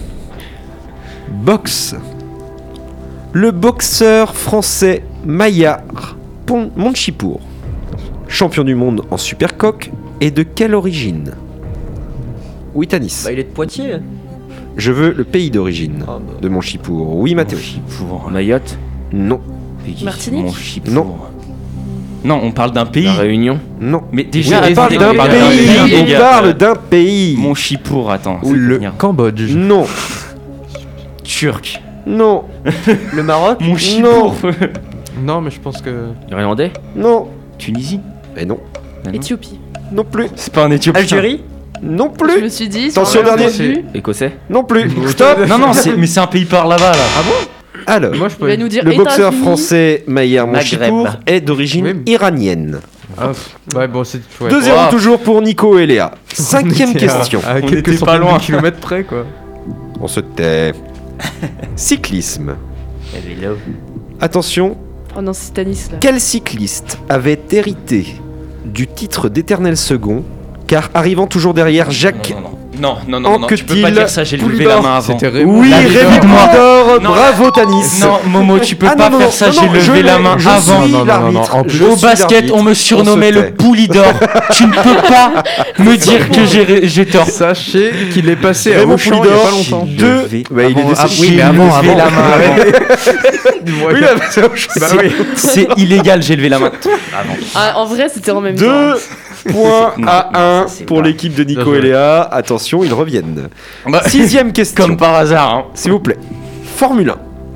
Boxe. Le boxeur français Maillard Monchipour, champion du monde en supercoque, est de quelle origine? Oui, Tanis. Il est de Poitiers. Je veux le pays d'origine de Monchipour. Oui, Mathéo. Mayotte? Non. Martinique? Non. Non, on parle d'un pays. La Réunion? Non. Mais déjà, on parle d'un pays. On parle d'un pays. Monchipour, attends. Le Cambodge. Non. Turc. Non. Le Maroc? Monchipour. Non, mais je pense que. Irlandais? Non. Tunisie. Mais non. Éthiopie. Non plus. C'est pas un Éthiopien. Algérie? Non Je plus. me suis dit. Attention, dernier. Écossais? Non plus. Stop. Non, mais c'est un pays par là-bas là. Ah bon? Alors, Moi, je Il peux. va nous dire le boxeur États-Unis. français Maillard Monchipour Maghreb. est d'origine Oui. iranienne. Ah, ouais, bon, c'est. 2-0 toujours pour Nico et Léa. Cinquième question. À On quelques était pas centaines loin. de kilomètres près, quoi. On se tait. Cyclisme. Attention, Oh non, c'est Tanis là. quel cycliste avait hérité du titre d'éternel second, car arrivant toujours derrière Jacques... Non, tu peux pas Anquetil dire ça, j'ai levé Poulidor. la main avant. C'était Raymond. Oui, David, Rémi moi. Poulidor, Non, bravo Tanis. Non, Momo, tu peux Ah, pas non, faire non, ça, non, j'ai je levé la l'ai, main je avant. suis Non, l'arbitre. en Je Au suis basket, l'arbitre. on me surnommait On se le tait. Poulidor. Tu ne peux pas me dire que j'ai tort. Sachez qu'il est passé à Raymond Auchan il y a pas Poulidor, longtemps. deux... Bah, il est Avant- décédé. oui, mais avant, levé avant. la main avant. Dis-moi, Oui, il a passé au champ. Bah oui. C'est illégal, j'ai levé la main. Ah, en vrai, c'était en même temps. 2 points Non, à non, 1 ça, c'est pour pas- l'équipe de Nico Bien et joué. Léa. Attention, ils reviennent. Bah, Sixième question. Comme par hasard. Hein. S'il vous plaît. Formule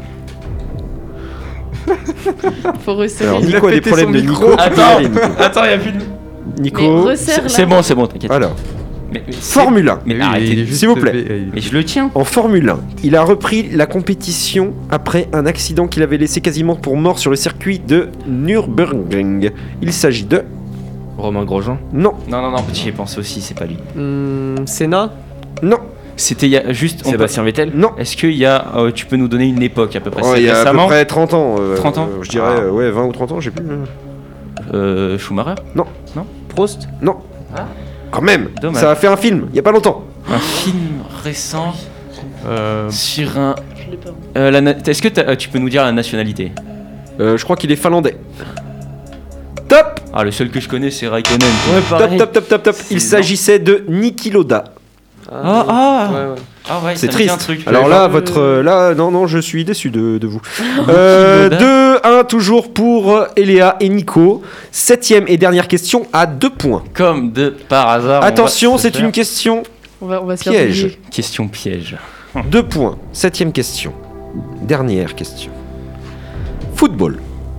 1. Faut resserrer. Alors, Il a Nico a des pété problèmes son de micro. micro. Attends, Nico. attends, il y a plus de. Mais Nico. resserre là. C'est bon, t'inquiète. Alors, Mais Formule 1. Mais Oui, arrêtez. il est juste s'il vous plaît. levé, Mais je le tiens. En Formule 1, il a repris la compétition après un accident qu'il avait laissé quasiment pour mort sur le circuit de Nürburgring. Il s'agit de... Romain Grosjean. Non. Non, j'y ai pensé aussi, c'est pas lui. Senna. Non. C'était il y a juste. Sébastien Vettel. Non. Est-ce qu'il y a. Tu peux nous donner une époque à peu près? Il y a récemment à peu près 30 ans. 30 ans je dirais, 20 ou 30 ans, j'ai plus. Schumacher? Non. Prost. Non. Ah. Quand même. Dommage. Ça a fait un film, il y a pas longtemps. Un film récent sur un. Je l'ai pas. Est-ce que tu peux nous dire la nationalité? Je crois qu'il est finlandais. Top. Ah, le seul que je connais, c'est Raikkonen. Ouais, pareil. Top. Il s'agissait de Niki Lauda. Ouais. Ah ouais, C'est ça me dit triste. un truc. Alors là, non, je suis déçu de vous. 2-1 toujours pour Eléa et Nico. 7ème et dernière question à 2 points. Comme de par hasard. Attention, c'est une question On va se faire piège. payer. Question piège. 2 points. 7ème question. Dernière question. Football.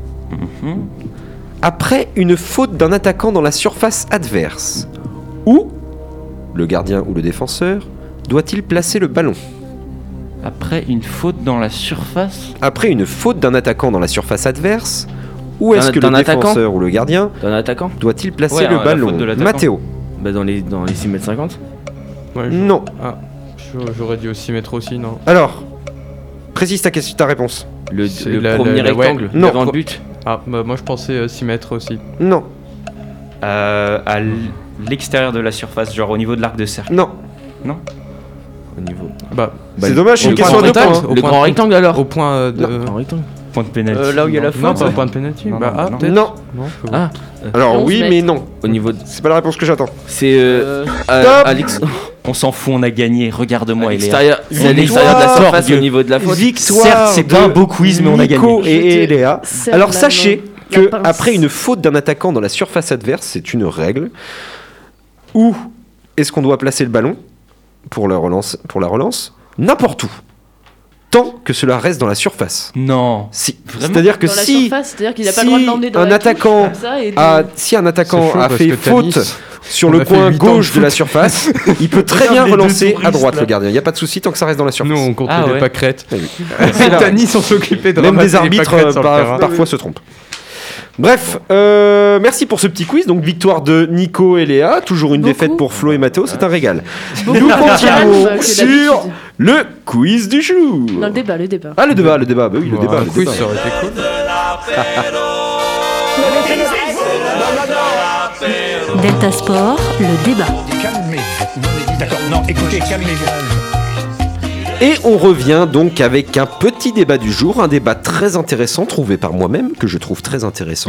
Après une faute d'un attaquant dans la surface adverse, où le gardien ou le défenseur doit-il placer le ballon? Après une faute dans la surface. Après une faute d'un attaquant dans la surface adverse, où est-ce que le défenseur ou le gardien D'un attaquant. doit-il placer Ouais, le la ballon? faute de l'attaquant. Mathéo. Bah dans les 6m50. Ouais, Non. Ah, j'aurais dit aussi mettre aussi, non. Alors, précise ta réponse. Le C'est premier rectangle Non. devant le but. Ah, bah, moi je pensais 6 mètres aussi. Non. À l'extérieur de la surface, genre au niveau de l'arc de cercle. Non. Au niveau. Bah, C'est dommage, c'est au une point question à de 2 points. contact, hein. au Le point grand de- rectangle alors. Au point de. Grand rectangle. Point de pénalty. Là où il y a la Non, faute. pas au point de penalty. Non, Bah, non, ah, non. peut-être. Non. Non, je sais Ah, Alors 11 oui, mètres. mais non. au niveau. C'est pas la réponse que j'attends. C'est Top. Alex. On s'en fout, on a gagné. Regarde-moi, À Eléa. l'extérieur. C'est à l'extérieur de la surface au niveau de la faute. Victoire. Certes, c'est pas un beau quiz, mais on a Nico gagné. et Eléa. Serre Alors la sachez main, la que pince. après une faute d'un attaquant dans la surface adverse, c'est une règle. Où est-ce qu'on doit placer le ballon pour la relance? N'importe où. Tant que cela reste dans la surface. Non. Si. Vraiment C'est-à-dire que Dans la si surface, c'est-à-dire qu'il a pas le droit de l'emmener dans un la touche, attaquant comme ça, et de- si un attaquant C'est chaud a parce fait que Tanis, faute sur on le a fait coin 8 ans de gauche de la foot. surface, il peut très Regarde bien les deux relancer touristes, à droite là. le gardien. Il n'y a pas de souci tant que ça reste dans la surface. Nous on contrôle Ah les ouais. pâquerettes. C'est la- Tanis on s'occupait de Même ramasser des les arbitres pâquerettes sur le terrain. parfois se trompent. Bref, merci pour ce petit quiz. Donc victoire de Nico et Léa, toujours une Beaucoup. défaite pour Flo et Mathéo, c'est un régal. Beaucoup Nous plus calme continuons que sur d'habitude. le quiz du jour. Non, le débat. Ah le débat, bah oui, le Bon, débat. un le quiz débat. ça aurait été cool. Delta Sport, le débat. Calmez-vous. D'accord, non, écoutez, calmez-vous. Et on revient donc avec un petit débat du jour, un débat très intéressant trouvé par moi-même, que je trouve très intéressant.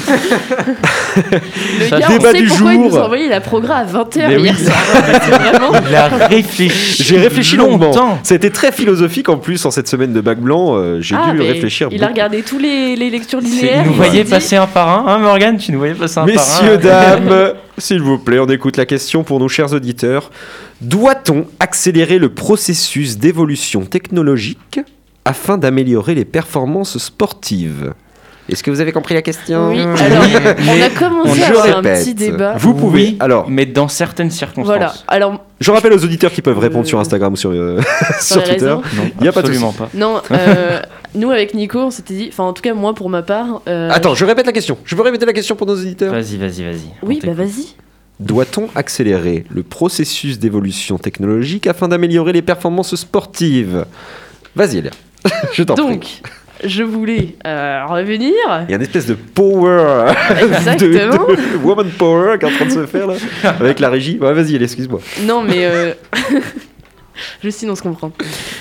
Le gars, débat on sait du pourquoi il nous jour. a envoyé la progrès à 20h Mais oui. hier soir. C'est vraiment... Il a réfléchi. J'ai réfléchi longuement. longtemps. C'était très philosophique en plus en cette semaine de bac blanc. J'ai Ah, dû mais réfléchir. il a beaucoup. regardé tous les lectures Il linéaires. nous il voyait s'est dit- passer un par un, hein, Morgane? Tu nous voyais passer un par un. Messieurs, dames, s'il vous plaît, on écoute la question pour nos chers auditeurs. Doit-on accélérer le processus d'évolution technologique afin d'améliorer les performances sportives? Est-ce que vous avez compris la question? Oui, alors on a commencé à Je avoir un répète. petit débat. Vous pouvez. Oui, Alors, mais dans certaines circonstances. Voilà, alors je rappelle aux auditeurs qui peuvent répondre sur Instagram ou sur, sur les Twitter. réseaux. Non, Il y a pas de absolument pas. non, nous avec Nico, on s'était dit, enfin en tout cas moi pour ma part. Attends, je répète la question. Je peux répéter la question pour nos auditeurs? Vas-y. Oui, On bah t'écoute. vas-y. Doit-on accélérer le processus d'évolution technologique afin d'améliorer les performances sportives? Vas-y, Elia. Je t'en prie. Donc, je voulais revenir. Il y a une espèce de power, Exactement. de woman power qui est en train de se faire là, avec la régie. Ouais, vas-y, Elia, excuse-moi. Non, mais. Justine, on se comprend.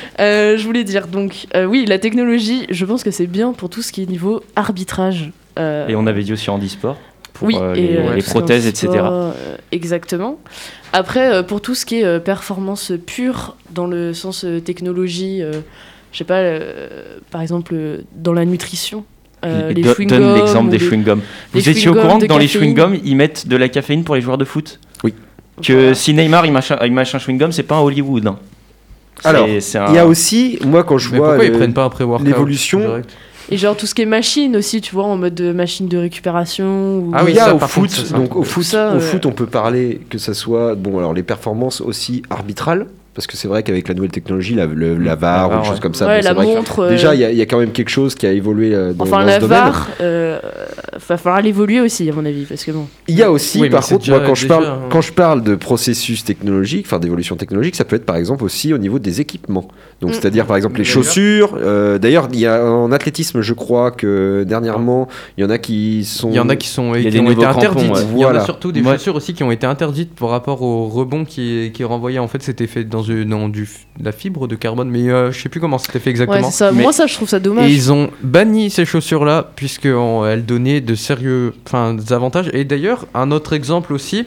Je voulais dire, donc, oui, la technologie, je pense que c'est bien pour tout ce qui est niveau arbitrage. Et on avait dit aussi handisport. Pour Oui, les parce qu'en prothèses, etc. sport, exactement. Après, pour tout ce qui est performance pure, dans le sens technologie, je sais pas, par exemple, dans la nutrition. Les Donne chewing-gums l'exemple ou des les- chewing-gums. les Vous étiez au chewing-gums courant de que dans les caféine. chewing-gums, ils mettent de la caféine pour les joueurs de foot? Que Voilà. si Neymar il mâche un chewing-gum, c'est pas un Hollywood. Hein. Alors, C'est un- Il y a aussi, moi, quand je Mais vois pourquoi ils prennent pas un pré-workout l'évolution. direct Et genre tout ce qui est machine aussi, tu vois, en mode de machine de récupération. Ou... Ah oui, il y a ça, au par foot, contre, ça, c'est donc au Tout foot, ça, au foot, on peut parler que ça soit bon. Alors les performances aussi arbitrales, parce que c'est vrai qu'avec la nouvelle technologie, la VAR ou VAR, des choses ouais. comme ça, Ouais, bon, c'est la vrai que montre. déjà il y a quand même quelque chose qui a évolué dans, Enfin, dans la ce domaine. VAR, va falloir l'évoluer aussi, à mon avis, parce que bon. Il y a aussi, Oui, par mais c'est contre, moi, déjà, quand je parle de processus technologique, enfin d'évolution technologique, ça peut être par exemple aussi au niveau des équipements. Donc, c'est-à-dire par exemple les chaussures. D'ailleurs, il y a en athlétisme, je crois que dernièrement, il y en a qui sont. Il y en a qui ont été interdites. Ouais. Il y en Voilà. a surtout des chaussures aussi qui ont été interdites par rapport au rebond qui est renvoyé. En fait, c'était fait dans de la fibre de carbone, mais je sais plus comment c'était fait exactement. Ouais, c'est ça. Mais... Moi, ça, je trouve ça dommage. Et ils ont banni ces chaussures-là puisqu'elles donnaient de sérieux avantages. Et d'ailleurs, un autre exemple aussi,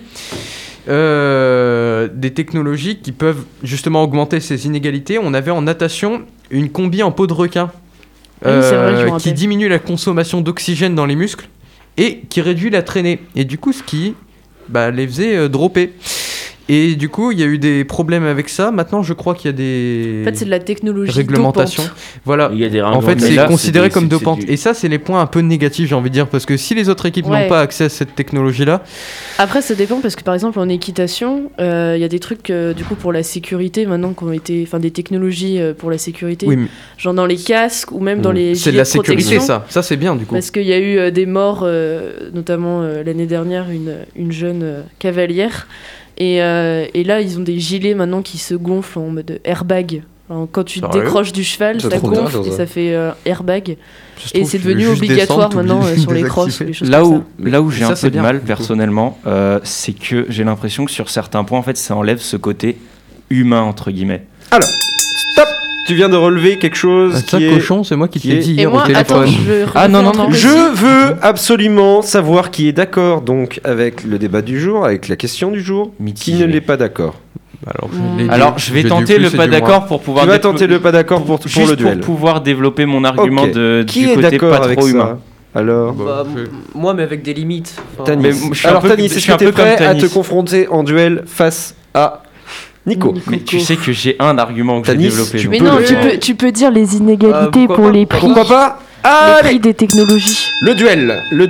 des technologies qui peuvent justement augmenter ces inégalités. On avait en natation une combi en peau de requin Oui, c'est vrai, je me qui rappelle. diminue la consommation d'oxygène dans les muscles et qui réduit la traînée. Et du coup, ce qui les faisait dropper. Et du coup, il y a eu des problèmes avec ça. Maintenant, je crois qu'il y a des En fait, c'est de la technologie réglementations. dopante. Voilà. Il y a des En fait, mais c'est là, considéré c'est comme du- dopante. c'est du- Et ça, c'est les points un peu négatifs, j'ai envie de dire. Parce que si les autres équipes Ouais. n'ont pas accès à cette technologie-là, Après, ça dépend parce que par exemple en équitation, il y a des trucs du coup pour la sécurité maintenant qui ont été, enfin des technologies pour la sécurité, oui, mais genre dans les casques ou même dans les c'est gilets de la de protection. sécurité, ça. Ça, c'est bien, du coup. Parce qu'il y a eu des morts, notamment l'année dernière, une jeune cavalière. Et là, ils ont des gilets maintenant qui se gonflent en mode airbag. Alors, quand tu Sérieux décroches du cheval, C'est ça trop bien, gonfle et ça. ça fait airbag. Ça se Et trouve, c'est tu veux devenu juste obligatoire descendre, maintenant t'oublies sur les de crosses, désactiver. les choses Là comme où, ça. là où j'ai Ça, un c'est peu de bien, mal du coup. personnellement, c'est que j'ai l'impression que sur certains points, en fait, ça enlève ce côté humain, entre guillemets. Alors, stop. Tu viens de relever quelque chose Ça, qui est. cochon, c'est moi qui te qui l'ai est- dit Et hier moi, au attends, téléphone. je veux Ah, non, refaire non, un truc non, aussi. Je veux absolument savoir qui est d'accord donc avec le débat du jour, avec la question du jour, qui Mitigé. ne l'est pas d'accord. Alors, je vais du tenter plus le et pas du d'accord moins. pour pouvoir Tu vas déplo- tenter le pas d'accord pour juste le duel. pour pouvoir développer mon argument Ok. Qui du est côté d'accord pas avec trop ça humain. Alors, Bah, moi, mais avec des limites. Enfin, Tanis. Mais je suis un Alors peu- Tanis, je est-ce suis que un t'es peu comme prêt à Tanis. te confronter en duel face à Nico? Mais tu sais que j'ai un argument que j'ai Tanis, développé. tu donc. Mais peux non, le- tu peux dire les inégalités pourquoi pour pas, les prix, Pourquoi pas? les Allez, prix des technologies. le duel. Moi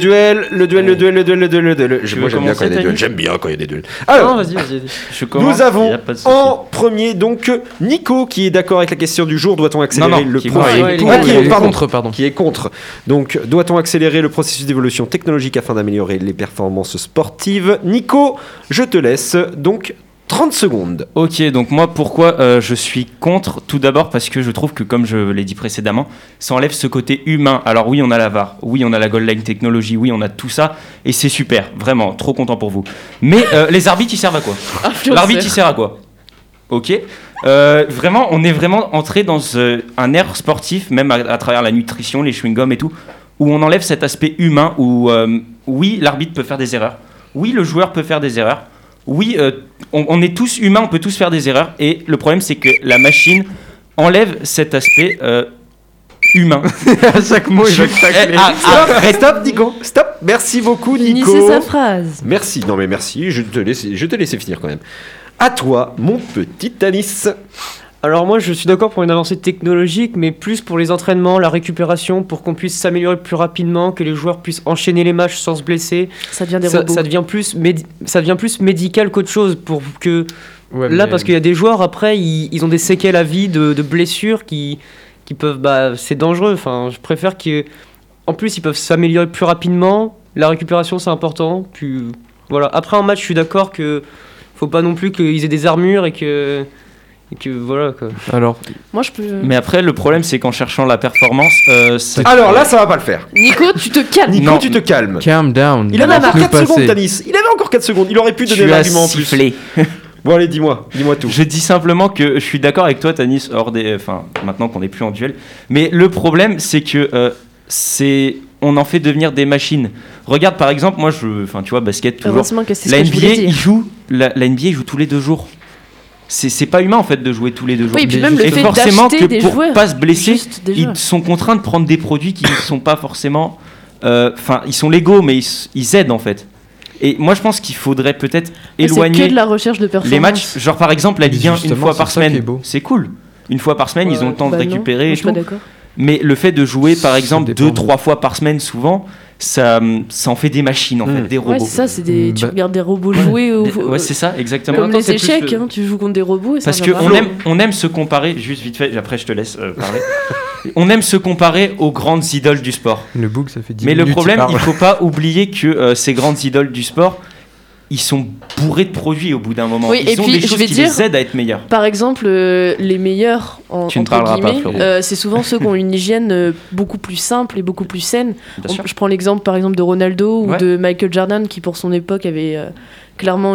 j'aime bien quand il y a des duels. Tanis J'aime bien quand il y a des duels. non, Alors, vas-y. Je commence, nous avons y a pas de souci. en premier donc Nico qui est d'accord avec la question du jour. Doit-on accélérer Non, le qui est processus contre. Ah, qui est- pardon. Pardon. Qui est contre. Donc, doit-on accélérer le processus d'évolution technologique afin d'améliorer les performances sportives? Nico, je te laisse donc 30 secondes. Ok, donc moi pourquoi je suis contre? Tout d'abord parce que je trouve que, comme je l'ai dit précédemment, ça enlève ce côté humain. Alors oui, on a la VAR, oui, on a la Goal Line Technology, oui, on a tout ça, et c'est super, vraiment, trop content pour vous. Mais les arbitres, ils servent à quoi? L'arbitre, il sert à quoi? Ok. Vraiment, on est vraiment entré dans un air sportif, même à travers la nutrition, les chewing-gums et tout, où on enlève cet aspect humain, où oui, l'arbitre peut faire des erreurs, oui, le joueur peut faire des erreurs, oui, on est tous humains, on peut tous faire des erreurs, et le problème c'est que la machine enlève cet aspect humain. À chaque mot, il va tacler. Stop, Nico. Stop. Merci beaucoup, Nico. Finissez sa phrase. Merci. Non, mais merci. Je te laisse finir quand même. À toi, mon petit Tanis. Alors moi je suis d'accord pour une avancée technologique, mais plus pour les entraînements, la récupération, pour qu'on puisse s'améliorer plus rapidement, que les joueurs puissent enchaîner les matchs sans se blesser. Ça devient des Ça, robots. ça devient plus médical qu'autre chose, pour que Ouais, là, mais- parce qu'il y a des joueurs après, ils ont des séquelles à vie de blessures qui peuvent, c'est dangereux. Enfin, je préfère qu'en plus ils peuvent s'améliorer plus rapidement. La récupération c'est important. Puis voilà. Après un match, je suis d'accord que faut pas non plus qu'ils aient des armures et que voilà quoi. Alors, Moi, je peux. Mais après, le problème c'est qu'en cherchant la performance, ça- Alors là, ça va pas le faire. Nico, tu te calmes. Nico, Non. tu te calmes. calm down. Il avait encore Laisse-nous 4 secondes, passer. Tanis. Il avait encore 4 secondes. Il aurait pu donner tu as l'argument en plus. sifflé. Bon, allez, dis-moi tout. Je dis simplement que je suis d'accord avec toi, Tanis, maintenant qu'on n'est plus en duel. Mais le problème, c'est que on en fait devenir des machines. Regarde, par exemple, moi, tu vois, basket toujours. Heureusement que c'est ce La que je voulais NBA, dire. la NBA joue tous les 2 jours. C'est pas humain en fait de jouer tous les 2 jours. Oui, et puis Mais même le Et fait forcément d'acheter que des pour joueurs. pas se blesser, Juste des ils joueurs. sont contraints de prendre des produits qui ne sont pas forcément. Ils sont légaux, mais ils aident en fait. Et moi, je pense qu'il faudrait peut-être Mais c'est éloigner que de la recherche de performance. les matchs. Genre par exemple la Mais Ligue 1 une justement, fois par c'est ça qui est semaine. beau. C'est cool. Une fois par semaine, ils ont le temps de Bah non, récupérer moi, et je suis pas tout. d'accord. Mais le fait de jouer, par exemple, dépend 2-3 fois par semaine, souvent, ça en fait des machines, en fait, des robots. Ouais, c'est ça, tu regardes des robots jouer. Ouais, c'est ça, exactement. Comme les échecs, tu joues contre des robots. Et parce ça qu'on aime se comparer, juste vite fait, après je te laisse parler. On aime se comparer aux grandes idoles du sport. Le bug, ça fait 10 Mais minutes. le problème, il ne faut pas oublier que ces grandes idoles du sport, ils sont bourrés de produits au bout d'un moment. Oui, Ils ont des choses qui les aident à être meilleurs. Par exemple, les meilleurs, entre guillemets, c'est souvent ceux qui ont une hygiène beaucoup plus simple et beaucoup plus saine. Je prends l'exemple, par exemple, de Ronaldo ou de Michael Jordan, qui pour son époque avait clairement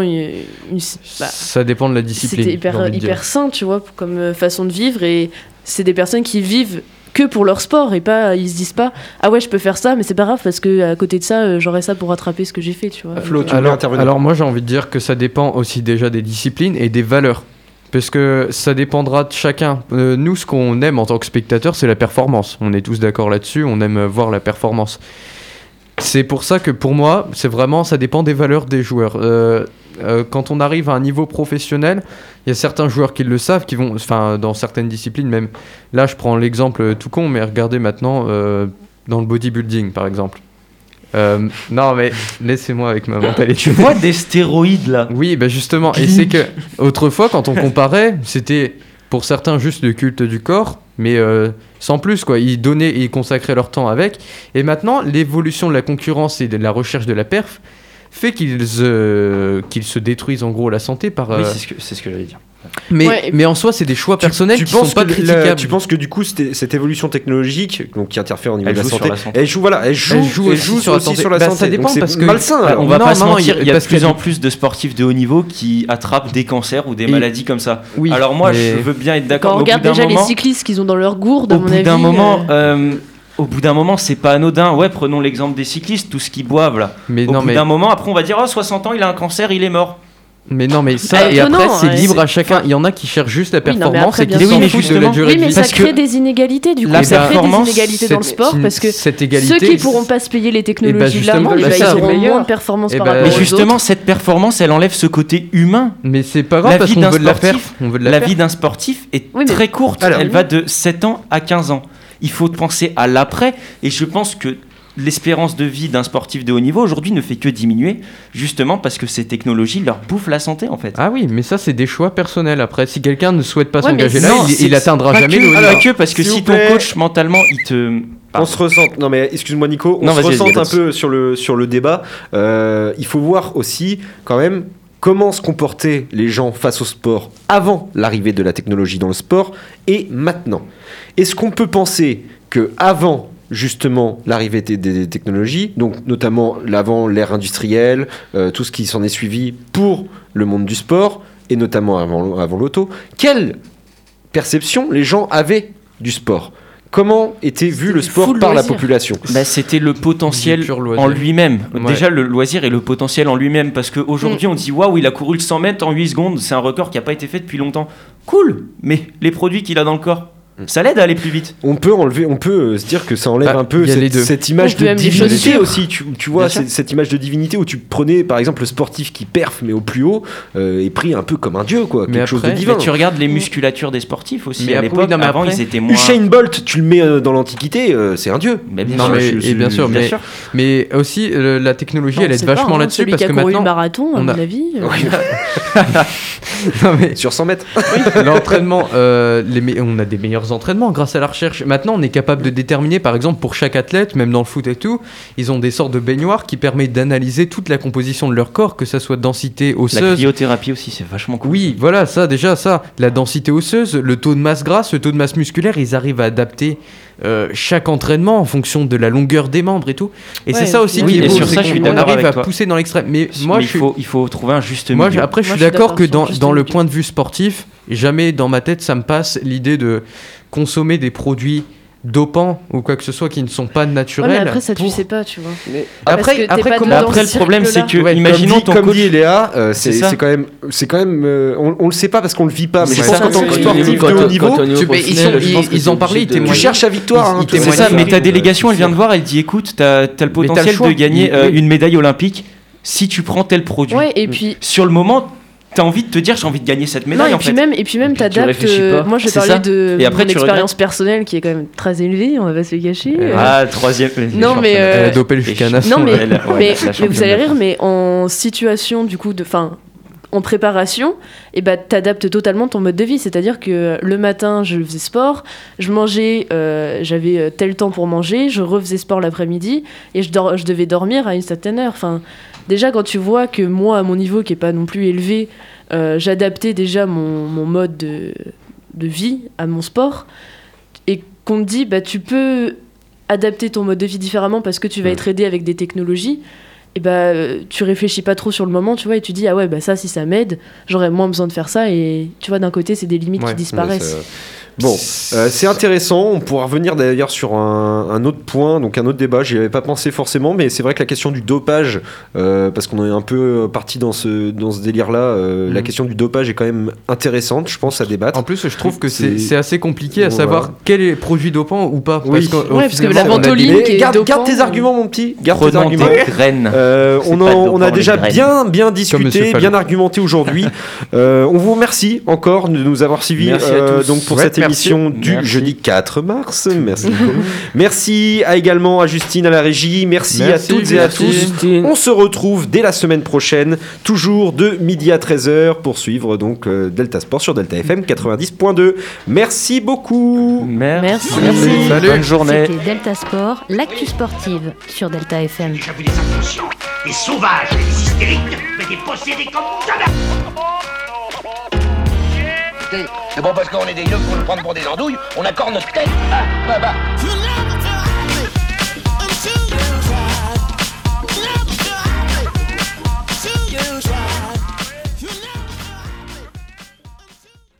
ça dépend de la discipline. C'était hyper sain, tu vois, comme façon de vivre. Et c'est des personnes qui vivent que pour leur sport et pas ils se disent pas ah ouais je peux faire ça mais c'est pas grave parce que à côté de ça j'aurais ça pour rattraper ce que j'ai fait, tu vois. Flo, tu veux intervenir? Alors moi j'ai envie de dire que ça dépend aussi déjà des disciplines et des valeurs parce que ça dépendra de chacun. Nous ce qu'on aime en tant que spectateur c'est la performance, on est tous d'accord là-dessus, on aime voir la performance. C'est pour ça que pour moi c'est vraiment ça dépend des valeurs des joueurs. Quand on arrive à un niveau professionnel, il y a certains joueurs qui le savent, qui vont, enfin dans certaines disciplines même. Là, je prends l'exemple tout con, mais regardez maintenant dans le bodybuilding, par exemple. Non, mais laissez-moi avec ma mentalité. Tu vois des stéroïdes là. Oui, bah justement. Et c'est que autrefois, quand on comparait, c'était pour certains juste le culte du corps, mais sans plus quoi. Ils consacraient leur temps avec. Et maintenant, l'évolution de la concurrence et de la recherche de la perf fait qu'ils se détruisent en gros la santé par... Oui, c'est ce que j'allais dire. Mais en soi, c'est des choix personnels qui sont pas critiquables. Tu penses que du coup, cette évolution technologique donc, qui interfère au niveau de la santé, elle joue aussi sur la santé. Ça dépend donc, parce que malsain. On va pas se mentir, il y a de plus en plus de sportifs de haut niveau qui attrapent des cancers ou des maladies comme ça. Oui, alors moi, je veux bien être d'accord. Quand on regarde déjà les cyclistes qu'ils ont dans leur gourde, à mon avis... Au bout d'un moment, c'est pas anodin. Ouais, prenons l'exemple des cyclistes, tout ce qu'ils boivent là. Au bout d'un moment, après, on va dire 60 ans, il a un cancer, il est mort. Mais non, mais ça, et après, c'est libre à chacun. Il y en a qui cherchent juste la performance et qui s'en foutent de la durée de vie. Oui, mais ça crée des inégalités, du coup. Ça crée des inégalités dans le sport parce que ceux qui pourront pas se payer les technologies là, ils auront moins de performance par rapport aux autres. Mais justement, cette performance, elle enlève ce côté humain. Mais c'est pas grave parce qu'on veut de la perf. La vie d'un sportif est très courte. Elle va de 7 ans à 15 ans. Il faut penser à l'après, et je pense que l'espérance de vie d'un sportif de haut niveau aujourd'hui ne fait que diminuer, justement parce que ces technologies leur bouffent la santé en fait. Ah oui, mais ça c'est des choix personnels. Après, si quelqu'un ne souhaite pas s'engager là, il atteindra jamais le haut niveau. Pas que, parce que si ton coach mentalement il te... On se ressent, non mais excuse-moi Nico, on se ressent un peu sur le débat. Il faut voir aussi quand même comment se comportaient les gens face au sport avant l'arrivée de la technologie dans le sport et maintenant. Est-ce qu'on peut penser que avant justement l'arrivée des technologies, donc notamment l'ère industrielle, tout ce qui s'en est suivi pour le monde du sport et notamment avant l'auto, quelle perception les gens avaient du sport? Comment était vu le sport par la population? C'était le potentiel en lui-même. Ouais. Déjà, le loisir et le potentiel en lui-même. Parce qu'aujourd'hui, on dit waouh, il a couru le 100 mètres en 8 secondes. C'est un record qui n'a pas été fait depuis longtemps. Cool, mais les produits qu'il a dans le corps, ça l'aide à aller plus vite. On peut se dire que ça enlève un peu cette image de divinité aussi. Tu vois, cette image de divinité où tu prenais par exemple le sportif qui perf mais au plus haut est pris un peu comme un dieu, quoi, quelque chose de divin. Mais tu regardes les musculatures des sportifs aussi. À l'époque, avant ils étaient moins. Usain Bolt, tu le mets dans l'Antiquité, c'est un dieu. Mais bien sûr. Mais aussi la technologie, elle aide vachement là-dessus parce que maintenant. Le marathon, à mon avis. Sur 100 mètres. L'entraînement, on a des meilleurs entraînements grâce à la recherche. Maintenant, on est capable de déterminer, par exemple, pour chaque athlète, même dans le foot et tout, ils ont des sortes de baignoires qui permettent d'analyser toute la composition de leur corps, que ça soit densité osseuse. La cryothérapie aussi, c'est vachement cool. Oui, voilà, ça, la densité osseuse, le taux de masse grasse, le taux de masse musculaire, ils arrivent à adapter chaque entraînement en fonction de la longueur des membres et tout. Et c'est ça aussi qui est beau, c'est qu'on arrive à pousser dans l'extrême. Mais moi, il faut trouver un juste milieu. Après, je suis d'accord que dans le point de vue sportif, jamais dans ma tête ça me passe l'idée de consommer des produits dopants ou quoi que ce soit qui ne sont pas naturels. Ouais, mais après ça tu sais pas, tu vois. Après le problème c'est que imaginons ton comme dit Léa, c'est quand même on le sait pas parce qu'on le vit pas, mais je pense qu'en tant que sportif de haut niveau, ils en parlaient, tu cherches la victoire. C'est ça, mais ta délégation elle vient de voir, elle dit écoute, t'as le potentiel de gagner une médaille olympique si tu prends tel produit. Ouais, et puis sur le moment t'as envie de te dire j'ai envie de gagner cette médaille Non, en fait. et puis même t'adaptes. réfléchis pas. Moi je C'est parlais ça. de Et après, mon tu expérience personnelle qui est quand même très élevée, on va pas se le cacher. Ah, troisième. Non, mais, Elle a dopé le chicanasson. Non, mais, Ouais, la mais championne vous allez de rire, mais en situation du coup en préparation, et bah t'adaptes totalement ton mode de vie. C'est-à-dire que le matin, je faisais sport, je mangeais, j'avais tel temps pour manger, je refaisais sport l'après-midi et je devais dormir à une certaine heure. Enfin, déjà quand tu vois que moi, à mon niveau qui est pas non plus élevé, j'adaptais déjà mon mode de vie à mon sport, et qu'on te dit bah tu peux adapter ton mode de vie différemment parce que tu vas être aidé avec des technologies. Et bah tu réfléchis pas trop sur le moment, tu vois, et tu dis ah ouais bah ça si ça m'aide, j'aurais moins besoin de faire ça, et tu vois d'un côté c'est des limites qui disparaissent. Bon, c'est intéressant. On pourra revenir d'ailleurs sur un autre point, donc un autre débat. J'y avais pas pensé forcément, mais c'est vrai que la question du dopage, parce qu'on est un peu parti dans ce délire-là, la question du dopage est quand même intéressante, je pense, à débattre. En plus, je trouve que c'est assez compliqué à savoir quel est produit dopant ou pas. Oui. Parce que la ventoline qui est garde dopant, tes arguments, mon petit. Garde tes arguments. Graines. On a déjà bien discuté, bien argumenté aujourd'hui. On vous remercie encore de nous avoir suivis donc pour cette émission du jeudi 4 mars. Merci beaucoup. Merci également à Justine à la régie. Merci à toutes et à tous. Justine. On se retrouve dès la semaine prochaine, toujours de midi à 13h pour suivre donc Delta Sport sur Delta FM 90.2. Merci beaucoup. Merci. Salut. Bonne journée. C'était Delta Sport, l'actu sportive sur Delta FM. J'ai vu des inconscients, des sauvages, des hystériques, mais des possédés comme jamais. C'est bon parce qu'on est des yeux pour nous prendre pour des andouilles, on accorde notre tête. Ah, bah.